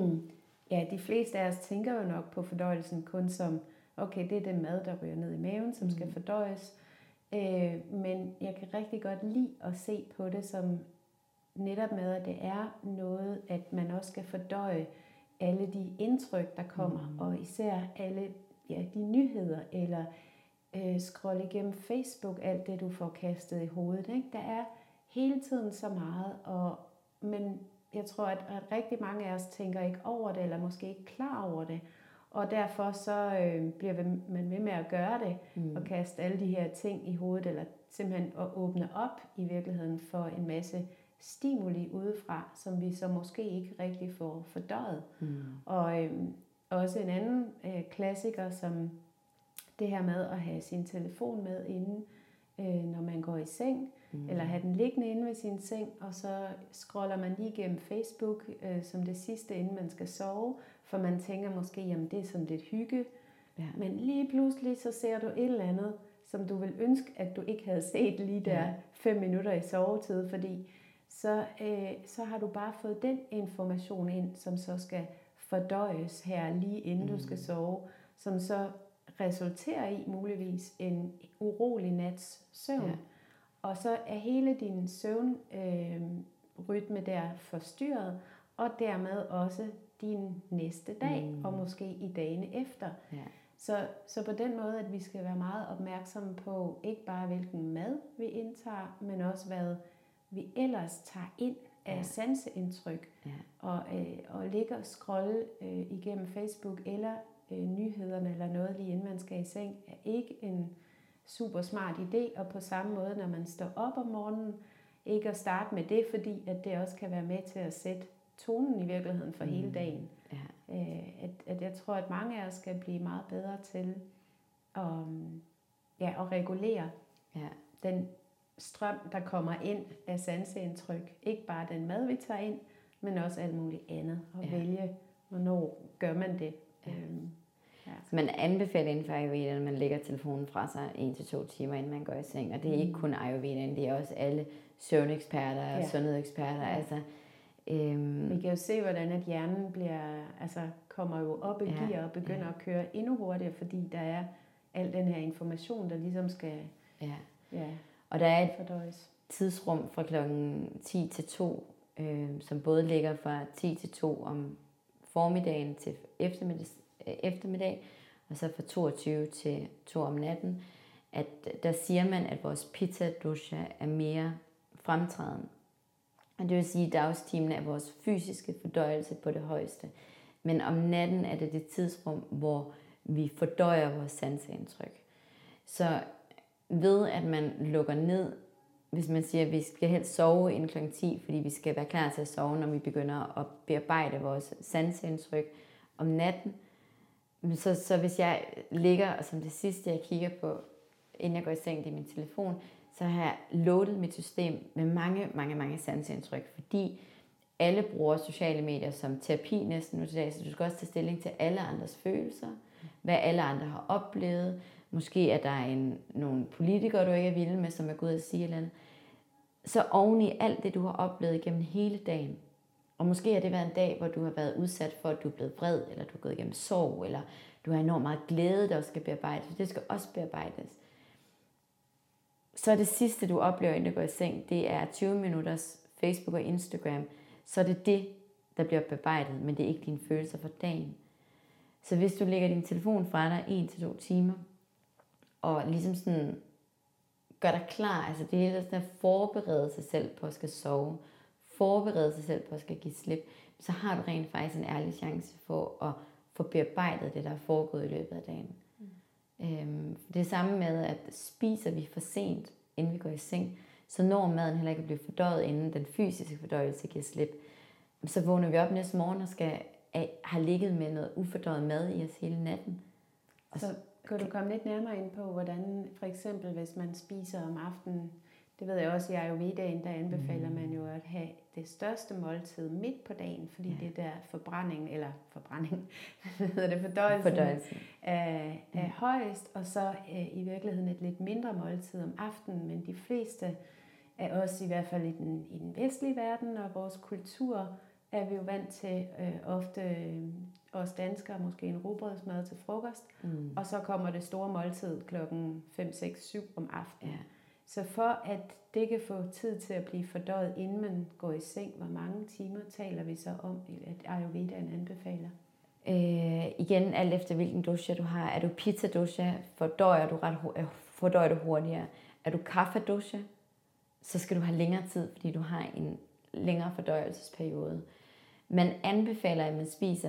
ja, de fleste af os tænker jo nok på fordøjelsen kun som, okay, det er det mad, der ryger ned i maven, som skal fordøjes. Øh, men jeg kan rigtig godt lide at se på det som netop med, at det er noget, at man også skal fordøje alle de indtryk, der kommer, mm. og især alle ja, de nyheder, eller øh, scrolle igennem Facebook, alt det, du får kastet i hovedet. Ikke? Der er hele tiden så meget, og, men jeg tror, at, at rigtig mange af os tænker ikke over det, eller måske ikke klar over det, og derfor så øh, bliver man ved med at gøre det, mm. og kaste alle de her ting i hovedet, eller simpelthen at åbne op i virkeligheden for en masse stimuli udefra, som vi så måske ikke rigtig får fordøjet. Mm. Og øh, også en anden øh, klassiker, som det her med at have sin telefon med inden, øh, når man går i seng, mm. eller have den liggende inde ved sin seng, og så scroller man lige igennem Facebook øh, som det sidste, inden man skal sove, for man tænker måske, jamen det er sådan lidt hygge, ja. Men lige pludselig så ser du et eller andet, som du vil ønske, at du ikke havde set lige der ja. fem minutter i sovetid, fordi så, øh, så har du bare fået den information ind, som så skal fordøjes her lige inden mm. du skal sove, som så resulterer i muligvis en urolig nats søvn. Ja. Og så er hele din søvnrytme øh, der forstyrret, og dermed også din næste dag, mm. og måske i dagene efter. Ja. Så, så på den måde, at vi skal være meget opmærksomme på, ikke bare hvilken mad vi indtager, men også hvad vi ellers tager ind af ja. sanseindtryk, ja. og, øh, og ligge og scrolle øh, igennem Facebook eller øh, nyhederne eller noget lige inden man skal i seng, er ikke en super smart idé, og på samme måde, når man står op om morgenen, ikke at starte med det, fordi at det også kan være med til at sætte tonen i virkeligheden for mm. hele dagen. Ja. Øh, at, at jeg tror, at mange af os skal blive meget bedre til at, ja, at regulere ja. den strøm, der kommer ind af sanseindtryk. Ikke bare den mad, vi tager ind, men også alt muligt andet. Og ja. vælge, hvornår gør man det. Ja. Øhm, ja. Så man anbefaler inden for Ayurveda, at man lægger telefonen fra sig en til to timer, inden man går i seng. Og det er mm. ikke kun Ayurveda, det er også alle søvneksperter og ja. sundhedseksperter. Ja. Altså, øhm, vi kan jo se, hvordan at hjernen bliver, altså, kommer jo op i ja. gear og begynder ja. at køre endnu hurtigere, fordi der er al den her information, der ligesom skal... Ja. Ja. Og der er et fordøjes. tidsrum fra klokken ti til to, øh, som både ligger fra ti til to om formiddagen til eftermiddag, eftermiddag, og så fra toogtyve til to om natten, at der siger man, at vores pitta dosha er mere fremtrædende. Og det vil sige, at dagstimen er vores fysiske fordøjelse på det højeste. Men om natten er det det tidsrum, hvor vi fordøjer vores sanseindtryk. Så ved at man lukker ned, hvis man siger, at vi skal helst sove inden klokken ti, fordi vi skal være klar til at sove, når vi begynder at bearbejde vores sanseindtryk om natten. Så, så hvis jeg ligger, og som det sidste jeg kigger på, inden jeg går i seng, det er min telefon, så har jeg loadet mit system med mange, mange, mange sanseindtryk, fordi alle bruger sociale medier som terapi næsten nu til dag, så du skal også tage stilling til alle andres følelser, hvad alle andre har oplevet. Måske er der en, nogle politikere, du ikke er vilde med, som er gået og sige eller andet. Så oven i alt det, du har oplevet igennem hele dagen, og måske har det været en dag, hvor du har været udsat for, at du er blevet vred, eller du har gået igennem sorg, eller du har enormt meget glæde, der også skal bearbejdes, det skal også bearbejdes. Så det sidste, du oplever, inden du går i seng, det er tyve minutters Facebook og Instagram. Så er det det, der bliver bearbejdet, men det er ikke dine følelser for dagen. Så hvis du lægger din telefon fra dig en til to timer, og ligesom sådan gør dig klar, altså det er sådan at forberede sig selv på at skal sove, forberede sig selv på at skal give slip, så har du rent faktisk en ærlig chance for at få bearbejdet det, der er foregået i løbet af dagen. Mm. Øhm, det er samme med, at spiser vi for sent, inden vi går i seng, så når maden heller ikke at blive fordøjet, inden den fysiske fordøjelse giver slip. Så vågner vi op næste morgen og skal have ligget med noget ufordøjet mad i os hele natten. Og så kan du komme lidt nærmere ind på, hvordan for eksempel, hvis man spiser om aftenen, det ved jeg også i Ayurvedaen, der anbefaler mm. man jo at have det største måltid midt på dagen, fordi ja. det der forbrænding, eller forbrænding, hvad hedder det, fordøjelsen, fordøjelsen. Er, er mm. højst, og så øh, i virkeligheden et lidt mindre måltid om aftenen, men de fleste af os, i hvert fald i den, i den vestlige verden og vores kultur, er vi jo vant til øh, ofte øh, os danskere, måske en rugbrødsmad til frokost, mm. og så kommer det store måltid klokken fem, seks, syv om aftenen. Ja. Så for at det kan få tid til at blive fordøjet, inden man går i seng, hvor mange timer taler vi så om, at Ayurvedaen anbefaler? Øh, igen, alt efter hvilken dosha du har. Er du pitta dosha, fordøjer du, ret, fordøjer du hurtigere. Er du kapha dosha, så skal du have længere tid, fordi du har en længere fordøjelsesperiode. Man anbefaler, at man spiser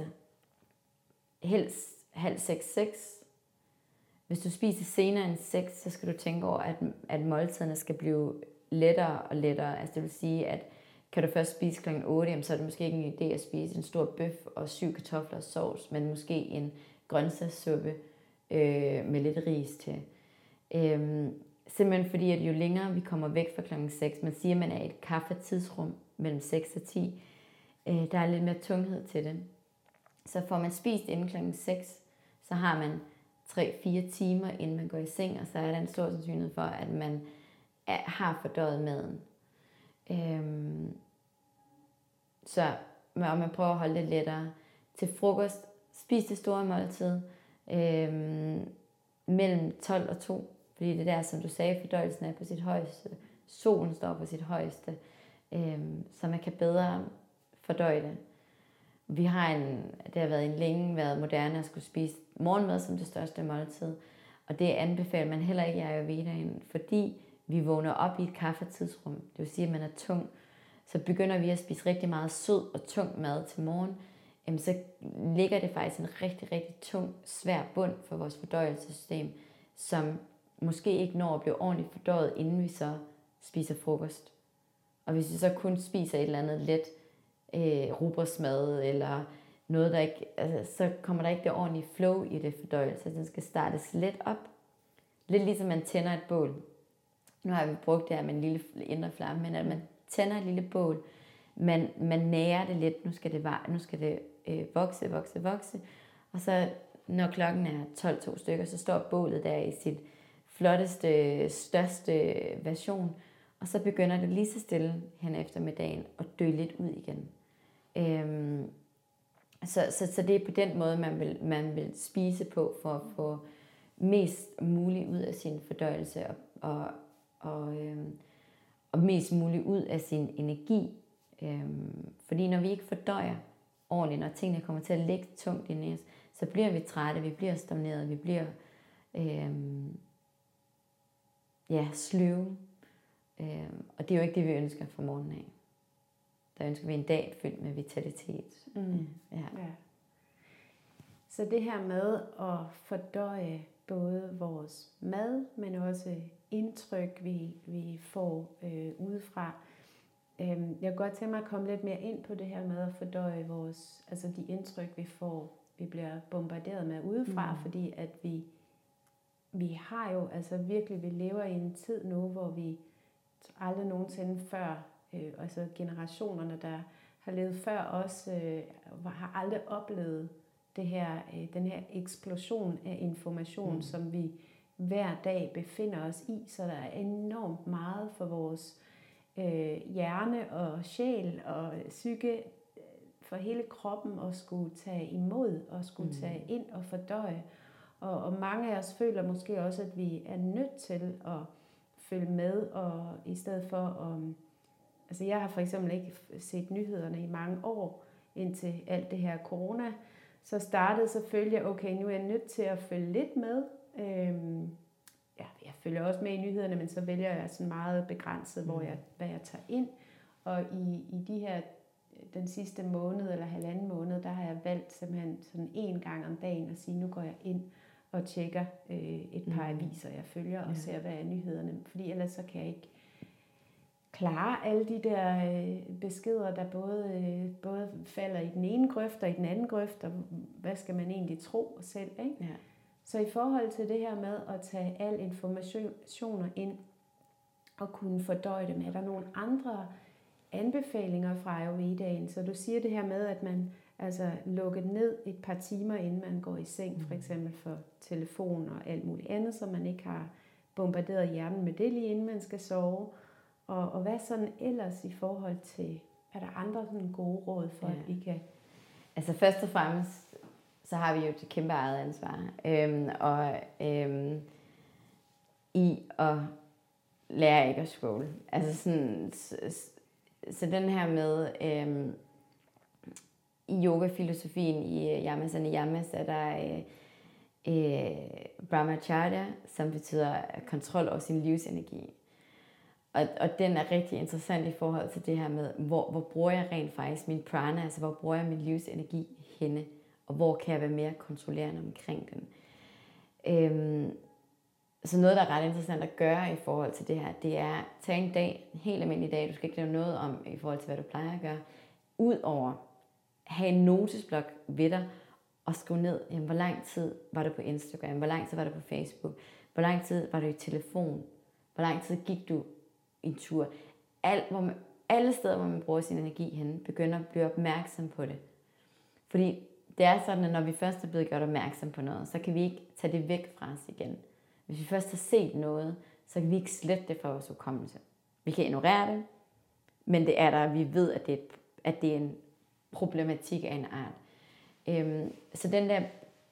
helst halv seks, seks. Hvis du spiser senere end seks, så skal du tænke over, at, at måltiderne skal blive lettere og lettere. Altså det vil sige, at kan du først spise klokken otte, så er det måske ikke en idé at spise en stor bøf og syv kartofler og sovs, men måske en grøntsagssuppe øh, med lidt ris til. Øh, simpelthen fordi, at jo længere vi kommer væk fra klokken seks, man siger, at man er i et kaffe-tidsrum mellem seks og ti, øh, der er lidt mere tunghed til det. Så får man spist inden klokken seks, så har man tre fire timer, inden man går i seng, og så er der en stor sandsynlighed for, at man er, har fordøjet maden. Øhm, så og man prøver at holde det lettere. Til frokost, spis det store måltid øhm, mellem tolv og to, fordi det der, som du sagde, fordøjelsen er på sit højeste. Solen står på sit højeste, øhm, så man kan bedre fordøje det. Vi har en, det har været en længe været moderne at skulle spise morgenmad som det største måltid, og det anbefaler man heller ikke i Ayurvedaen, fordi vi vågner op i et kaffetidsrum. Det vil sige, at man er tung. Så begynder vi at spise rigtig meget sød og tung mad til morgen, jamen så ligger det faktisk en rigtig, rigtig tung, svær bund for vores fordøjelsessystem, som måske ikke når at blive ordentligt fordøjet, inden vi så spiser frokost. Og hvis vi så kun spiser et eller andet let øh, rugbrødsmad, eller noget, der ikke, altså, så kommer der ikke det ordentlige flow i det fordøjelse. Den skal startes let op. Lidt ligesom man tænder et bål. Nu har vi brugt det her med en lille indre flamme, men at man tænder et lille bål, man, man nærer det lidt, nu skal det, nu skal det øh, vokse, vokse, vokse, og så når klokken er tolv to stykker, så står bålet der i sit flotteste, største version, og så begynder det lige så stille hen eftermiddagen at dø lidt ud igen. Øhm, så, så, så det er på den måde, man vil, man vil spise på, for at få mest muligt ud af sin fordøjelse, og, og Og, øhm, og mest muligt ud af sin energi. Øhm, fordi når vi ikke fordøjer ordentligt, når tingene kommer til at ligge tungt i os, så bliver vi trætte, vi bliver stagneret, vi bliver øhm, ja, sløve. Øhm, og det er jo ikke det, vi ønsker fra morgenen af. Der ønsker vi en dag fyldt med vitalitet. Mm. Ja. Ja. Så det her med at fordøje både vores mad, men også indtryk, vi, vi får øh, udefra. Øhm, jeg kan godt tænke mig at komme lidt mere ind på det her med at fordøje vores, altså de indtryk, vi får, vi bliver bombarderet med udefra, mm. fordi at vi, vi har jo, altså virkelig, vi lever i en tid nu, hvor vi aldrig nogensinde før, øh, altså generationerne, der har levet før os, øh, har aldrig oplevet det her, øh, den her eksplosion af information, mm. som vi hver dag befinder os i, så der er enormt meget for vores øh, hjerne og sjæl og psyke, for hele kroppen at skulle tage imod og skulle mm. tage ind og fordøje. Og, og mange af os føler måske også, at vi er nødt til at følge med, og i stedet for at... Altså jeg har for eksempel ikke set nyhederne i mange år, indtil alt det her corona, så startede selvfølgelig, okay, nu er jeg nødt til at følge lidt med. Øhm, ja, jeg følger også med i nyhederne, men så vælger jeg sådan meget begrænset, mm. hvor jeg, hvad jeg tager ind. Og i, i de her, den sidste måned eller halvanden måned, der har jeg valgt simpelthen sådan en gang om dagen at sige, nu går jeg ind og tjekker øh, et par mm. aviser, jeg følger, og ja. ser, hvad er nyhederne. Fordi ellers så kan jeg ikke klare alle de der øh, beskeder, der både, øh, både falder i den ene grøft og i den anden grøft, og hvad skal man egentlig tro selv, ikke? Ja. Så i forhold til det her med at tage al informationer ind og kunne fordøje dem, er der nogle andre anbefalinger fra Ayurvedaen? Så du siger det her med, at man altså lukker ned et par timer, inden man går i seng, for eksempel for telefon og alt muligt andet, så man ikke har bombarderet hjernen med det lige inden man skal sove. Og, og hvad sådan ellers i forhold til, er der andre sådan gode råd for, ja. at vi kan... Altså først og fremmest, så har vi jo et kæmpe eget ansvar. Øhm, og øhm, i at lære ikke at scrolle. Altså sådan, så, så den her med, øhm, i yogafilosofien i Yamas og Niyamas, er der øh, øh, Brahmacharya, som betyder kontrol over sin livsenergi. Og, og den er rigtig interessant i forhold til det her med, hvor, hvor bruger jeg rent faktisk min prana, altså hvor bruger jeg min livsenergi henne, og hvor kan jeg være mere kontrollerende omkring den. Øhm, så noget, der er ret interessant at gøre i forhold til det her, det er at tage en dag, en helt almindelig dag, du skal ikke lave noget om i forhold til, hvad du plejer at gøre, udover have en notesblok ved dig, og skrive ned, jamen, hvor lang tid var du på Instagram, hvor lang tid var du på Facebook, hvor lang tid var du i telefon, hvor lang tid gik du en tur. Alt, hvor man, alle steder, hvor man bruger sin energi henne, begynder at blive opmærksom på det. Fordi det er sådan, at når vi først er blevet gjort opmærksom på noget, så kan vi ikke tage det væk fra os igen. Hvis vi først har set noget, så kan vi ikke slette det fra vores hukommelse. Vi kan ignorere det, men det er der, vi ved, at det er, at det er en problematik af en art. Øhm, så den der,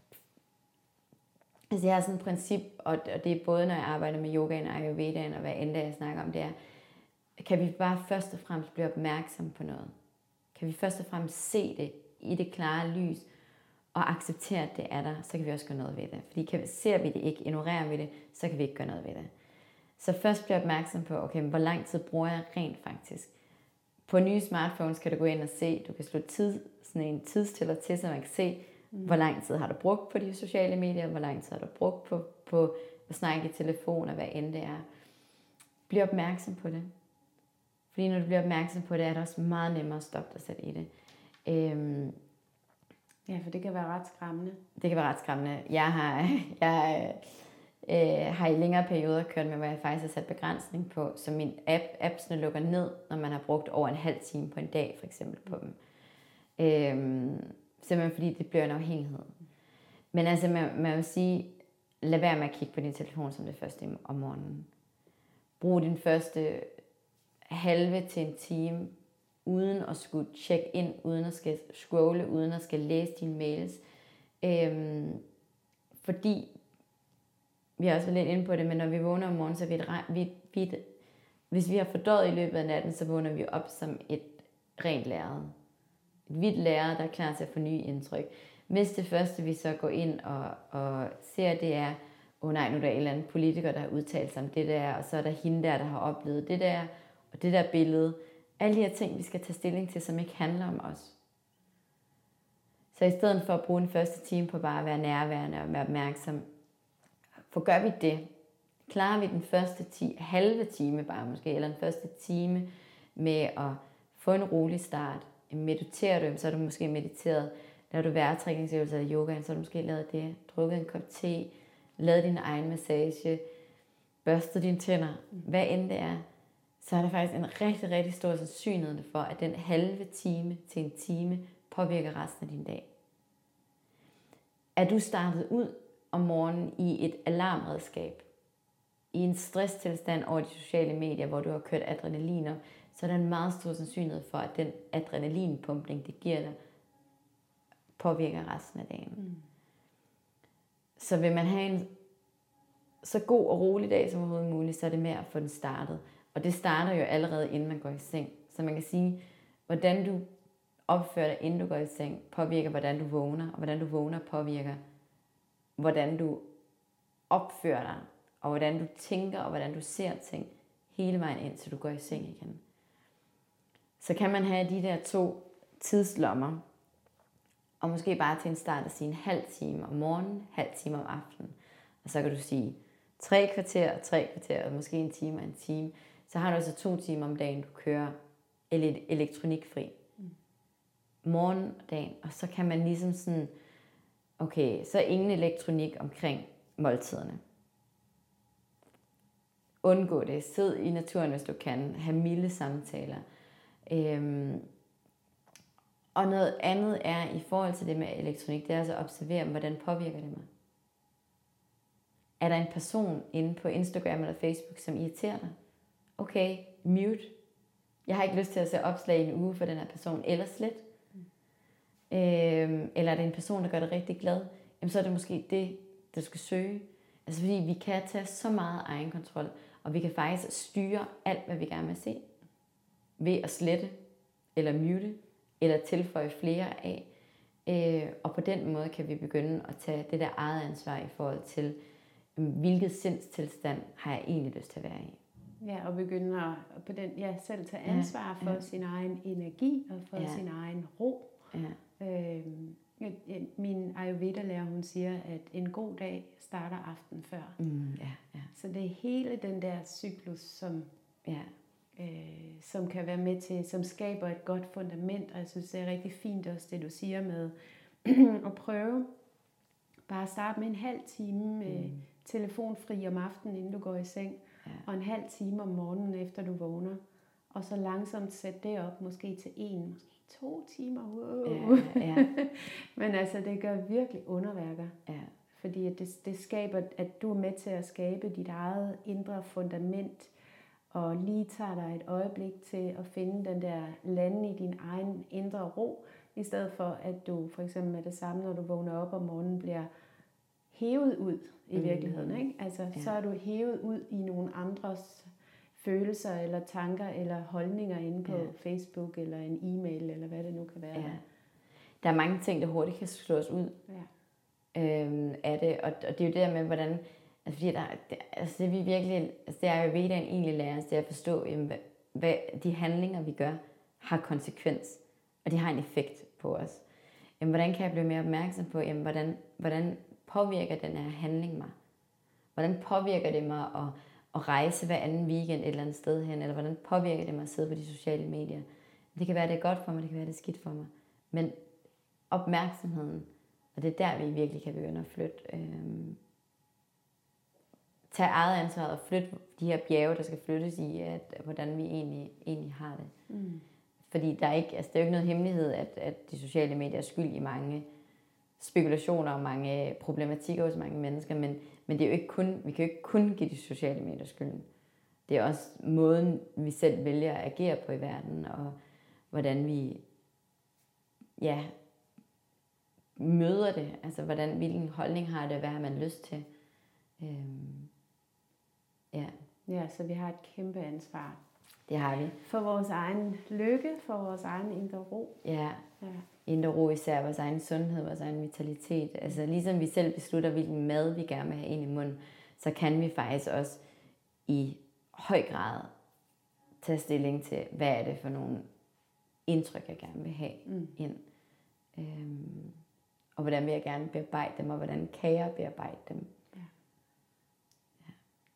altså jeg har sådan et princip, og det er både, når jeg arbejder med yogaen og ayurvedaen, og hvad end det, jeg snakker om, det er, kan vi bare først og fremmest blive opmærksom på noget? Kan vi først og fremmest se det i det klare lys, og acceptere, at det er der, så kan vi også gøre noget ved det. Fordi kan, ser vi det ikke, ignorerer vi det, så kan vi ikke gøre noget ved det. Så først blive opmærksom på, okay, hvor lang tid bruger jeg rent faktisk? På nye smartphones kan du gå ind og se, du kan slå tid, sådan en tidstæller til, så man kan se, mm. hvor lang tid har du brugt på de sociale medier, hvor lang tid har du brugt på, på at snakke i telefon, og hvad end det er. Bliv opmærksom på det. Fordi når du bliver opmærksom på det, er det også meget nemmere at stoppe dig selv i det. Øhm, ja, for det kan være ret skræmmende. Det kan være ret skræmmende. Jeg har, jeg, øh, har i længere perioder kørt med, hvor jeg faktisk har sat begrænsning på, så min app, appsene lukker ned, når man har brugt over en halv time på en dag, for eksempel på dem. Øhm, simpelthen fordi det bliver en afhængighed. Men altså, man, man vil sige, lad være med at kigge på din telefon som det første om morgenen. Brug din første halve til en time, uden at skulle tjekke ind, uden at skal scrolle, uden at skal læse dine mails. Øhm, fordi, vi har også været lidt inde på det, men når vi vågner om morgenen, så er vi, et, vi, vi hvis vi har fordøjet i løbet af natten, så vågner vi op som et rent lærred. Et hvidt lærred, der er klar til at få nye indtryk. Hvis det første, vi så går ind og, og ser, det er, åh oh nej, nu er der en eller anden politiker, der har udtalt sig om det der, og så er der hende der, der har oplevet det der, og det der billede. Alle de her ting, vi skal tage stilling til, som ikke handler om os. Så i stedet for at bruge den første time på bare at være nærværende og være opmærksom, for gør vi det, klarer vi den første ti, halve time bare måske, eller den første time med at få en rolig start. Mediterer du, så har du måske mediteret. Laver du vejrtrækningsøvelser eller yoga, så har du måske lavet det. Drukket en kop te, lavet din egen massage, børstet dine tænder, hvad end det er. Så er der faktisk en rigtig, rigtig stor sandsynlighed for, at den halve time til en time påvirker resten af din dag. Er du startet ud om morgenen i et alarmredskab, i en stresstilstand over de sociale medier, hvor du har kørt adrenalin op, så er der en meget stor sandsynlighed for, at den adrenalinpumpning, det giver dig, påvirker resten af dagen. Mm. Så vil man have en så god og rolig dag som overhovedet muligt, så er det med at få den startet. Og det starter jo allerede, inden man går i seng. Så man kan sige, hvordan du opfører dig, inden du går i seng, påvirker, hvordan du vågner. Og hvordan du vågner, påvirker, hvordan du opfører dig. Og hvordan du tænker, og hvordan du ser ting, hele vejen ind, til du går i seng igen. Så kan man have de der to tidslommer, og måske bare til en start at sige en halv time om morgenen, halv time om aftenen. Og så kan du sige tre kvarter, tre kvarter, og måske en time og en time. Så har du altså to timer om dagen, du kører elektronikfri. Mm. Morgendagen, og så kan man ligesom sådan, okay, så ingen elektronik omkring måltiderne. Undgå det. Sid i naturen, hvis du kan. Ha' milde samtaler. Øhm, og noget andet er, i forhold til det med elektronik, det er altså at observere, hvordan påvirker det mig. Er der en person inde på Instagram eller Facebook, som irriterer dig? okay, mute. Jeg har ikke lyst til at se opslag i en uge for den her person, eller slet. Mm. Øhm, eller er det en person, der gør dig rigtig glad, jamen så er det måske det, du skal søge. Altså fordi vi kan tage så meget egenkontrol, og vi kan faktisk styre alt, hvad vi gerne vil se, ved at slette, eller mute, eller tilføje flere af. Øh, og på den måde kan vi begynde at tage det der eget ansvar i forhold til, hvilket sindstilstand har jeg egentlig lyst til at være i. Ja, og begynde at på den, ja, selv tage ansvar for ja, ja. sin egen energi og for ja. sin egen ro. Ja. Øhm, min Ayurveda-lærer, hun siger, at en god dag starter aften før. Mm, ja, ja. Så det er hele den der cyklus, som, ja. øh, som kan være med til, som skaber et godt fundament. Og jeg synes, det er rigtig fint også det, du siger med at prøve bare at starte med en halv time med mm. telefonfri om aftenen, inden du går i seng. Ja. Og en halv time om morgenen, efter du vågner. Og så langsomt sætte det op, måske til en, måske to timer. Wow. Ja, ja. Men altså, det gør virkelig underværker. Ja. Fordi at det, det skaber, at du er med til at skabe dit eget indre fundament. Og lige tager dig et øjeblik til at finde den der lande i din egen indre ro. I stedet for, at du for eksempel med det samme, når du vågner op om morgenen, bliver hævet ud i virkeligheden. Mm. Ikke? Altså, ja. Så er du hævet ud i nogle andres følelser eller tanker eller holdninger inde på ja. Facebook eller en e-mail eller hvad det nu kan være. Ja. Der er mange ting, der hurtigt kan slå os ud ja. øhm, af det, og, og det er jo det der med, hvordan, altså, fordi der, det, altså det vi virkelig, altså det er jo Vedaen egentlig lærer os, det er at forstå, jamen, hvad, hvad de handlinger vi gør har konsekvens, og de har en effekt på os. Jamen, hvordan kan jeg blive mere opmærksom på, jamen, hvordan, hvordan påvirker den her handling mig? Hvordan påvirker det mig at, at rejse hver anden weekend et eller andet sted hen? Eller hvordan påvirker det mig at sidde på de sociale medier? Det kan være, det er godt for mig, det kan være, det er skidt for mig. Men opmærksomheden, og det er der, vi virkelig kan begynde at flytte. Øhm, tage eget ansvar og flytte de her bjerge, der skal flyttes i, at, hvordan vi egentlig, egentlig har det. Mm. Fordi der er, ikke, altså, det er jo ikke noget hemmelighed, at, at de sociale medier er skyld i mange spekulationer og mange problematikker hos mange mennesker, men, men det er jo ikke kun, vi kan jo ikke kun give de sociale medier skylden. Det er også måden, vi selv vælger at agere på i verden, og hvordan vi ja, møder det. Altså, hvordan, hvilken holdning har det, hvad har man lyst til? Øhm, ja. ja, så vi har et kæmpe ansvar. Det har vi. For vores egen lykke, for vores egen indre ro. Ja. ja. Indre ro især, vores egen sundhed, vores egen vitalitet. Altså ligesom vi selv beslutter, hvilken mad vi gerne vil have ind i munden, så kan vi faktisk også i høj grad tage stilling til, hvad er det for nogle indtryk, jeg gerne vil have mm. ind. Øhm, og hvordan vil jeg gerne bearbejde dem, og hvordan kan jeg bearbejde dem. Ja. Ja.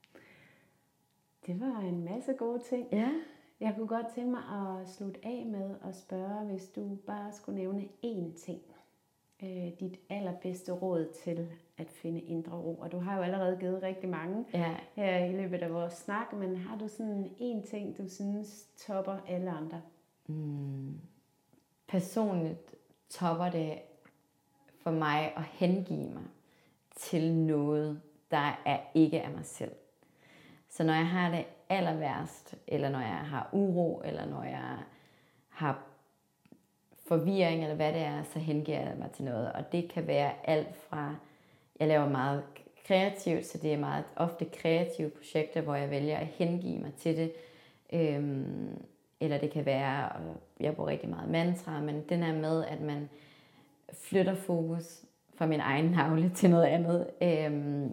Det var en masse gode ting. Ja. Jeg kunne godt tænke mig at slutte af med at spørge, hvis du bare skulle nævne én ting, øh, dit allerbedste råd til at finde indre ro. Og du har jo allerede givet rigtig mange ja. her i løbet af vores snak, men har du sådan én ting, du synes topper alle andre? Mm. Personligt topper det for mig at hengive mig til noget, der er ikke af mig selv. Så når jeg har det aller værst, eller når jeg har uro, eller når jeg har forvirring, eller hvad det er, så hengiver jeg mig til noget. Og det kan være alt fra, jeg laver meget kreativt, så det er meget ofte kreative projekter, hvor jeg vælger at hengive mig til det. Øhm, eller det kan være, jeg bruger rigtig meget mantra, men den er med, at man flytter fokus fra min egen navle til noget andet. Øhm,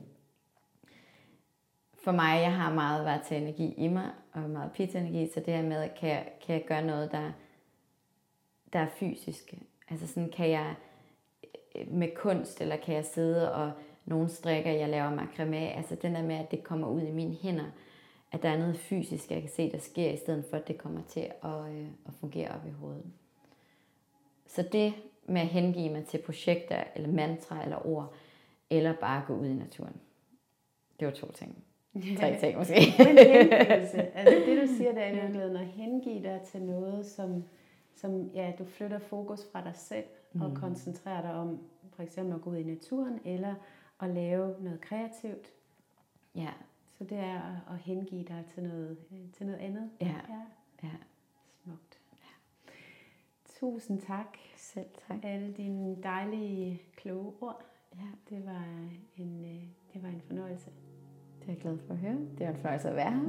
For mig, jeg har meget vata-energi i mig, og meget pitta-energi, så det her med, kan jeg, kan jeg gøre noget, der, der er fysisk. Altså sådan, kan jeg med kunst, eller kan jeg sidde og nogle strikker, jeg laver makramé, altså den der med, at det kommer ud i mine hænder, at der er noget fysisk, jeg kan se, der sker, i stedet for, at det kommer til at, øh, at fungere op i hovedet. Så det med at hengive mig til projekter, eller mantra, eller ord, eller bare gå ud i naturen. Det var to ting. Tre ting måske. En hengivelse. Altså det du siger, der er i virkeligheden at hengive dig til noget, som, som ja, du flytter fokus fra dig selv og mm. koncentrerer dig om for eksempel at gå ud i naturen eller at lave noget kreativt. Ja. Så det er at, at hengive dig til noget, til noget andet. Ja. ja. ja. Smukt. Ja. Tusind tak. Selv tak. Alle dine dejlige, kloge ord. Ja. Det var en, det var en fornøjelse. Det er jeg glad for at høre. Det var en fornøjelse at være her.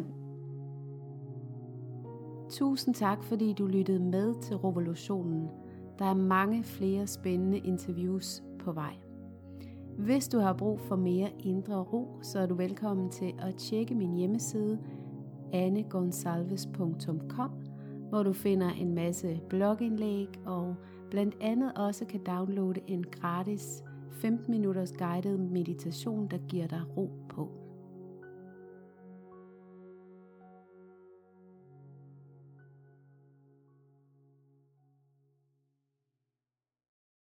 Tusind tak, fordi du lyttede med til Revolutionen. Der er mange flere spændende interviews på vej. Hvis du har brug for mere indre ro, så er du velkommen til at tjekke min hjemmeside anne gonsalves punktum com, hvor du finder en masse blogindlæg og blandt andet også kan downloade en gratis femten minutters guided meditation, der giver dig ro på.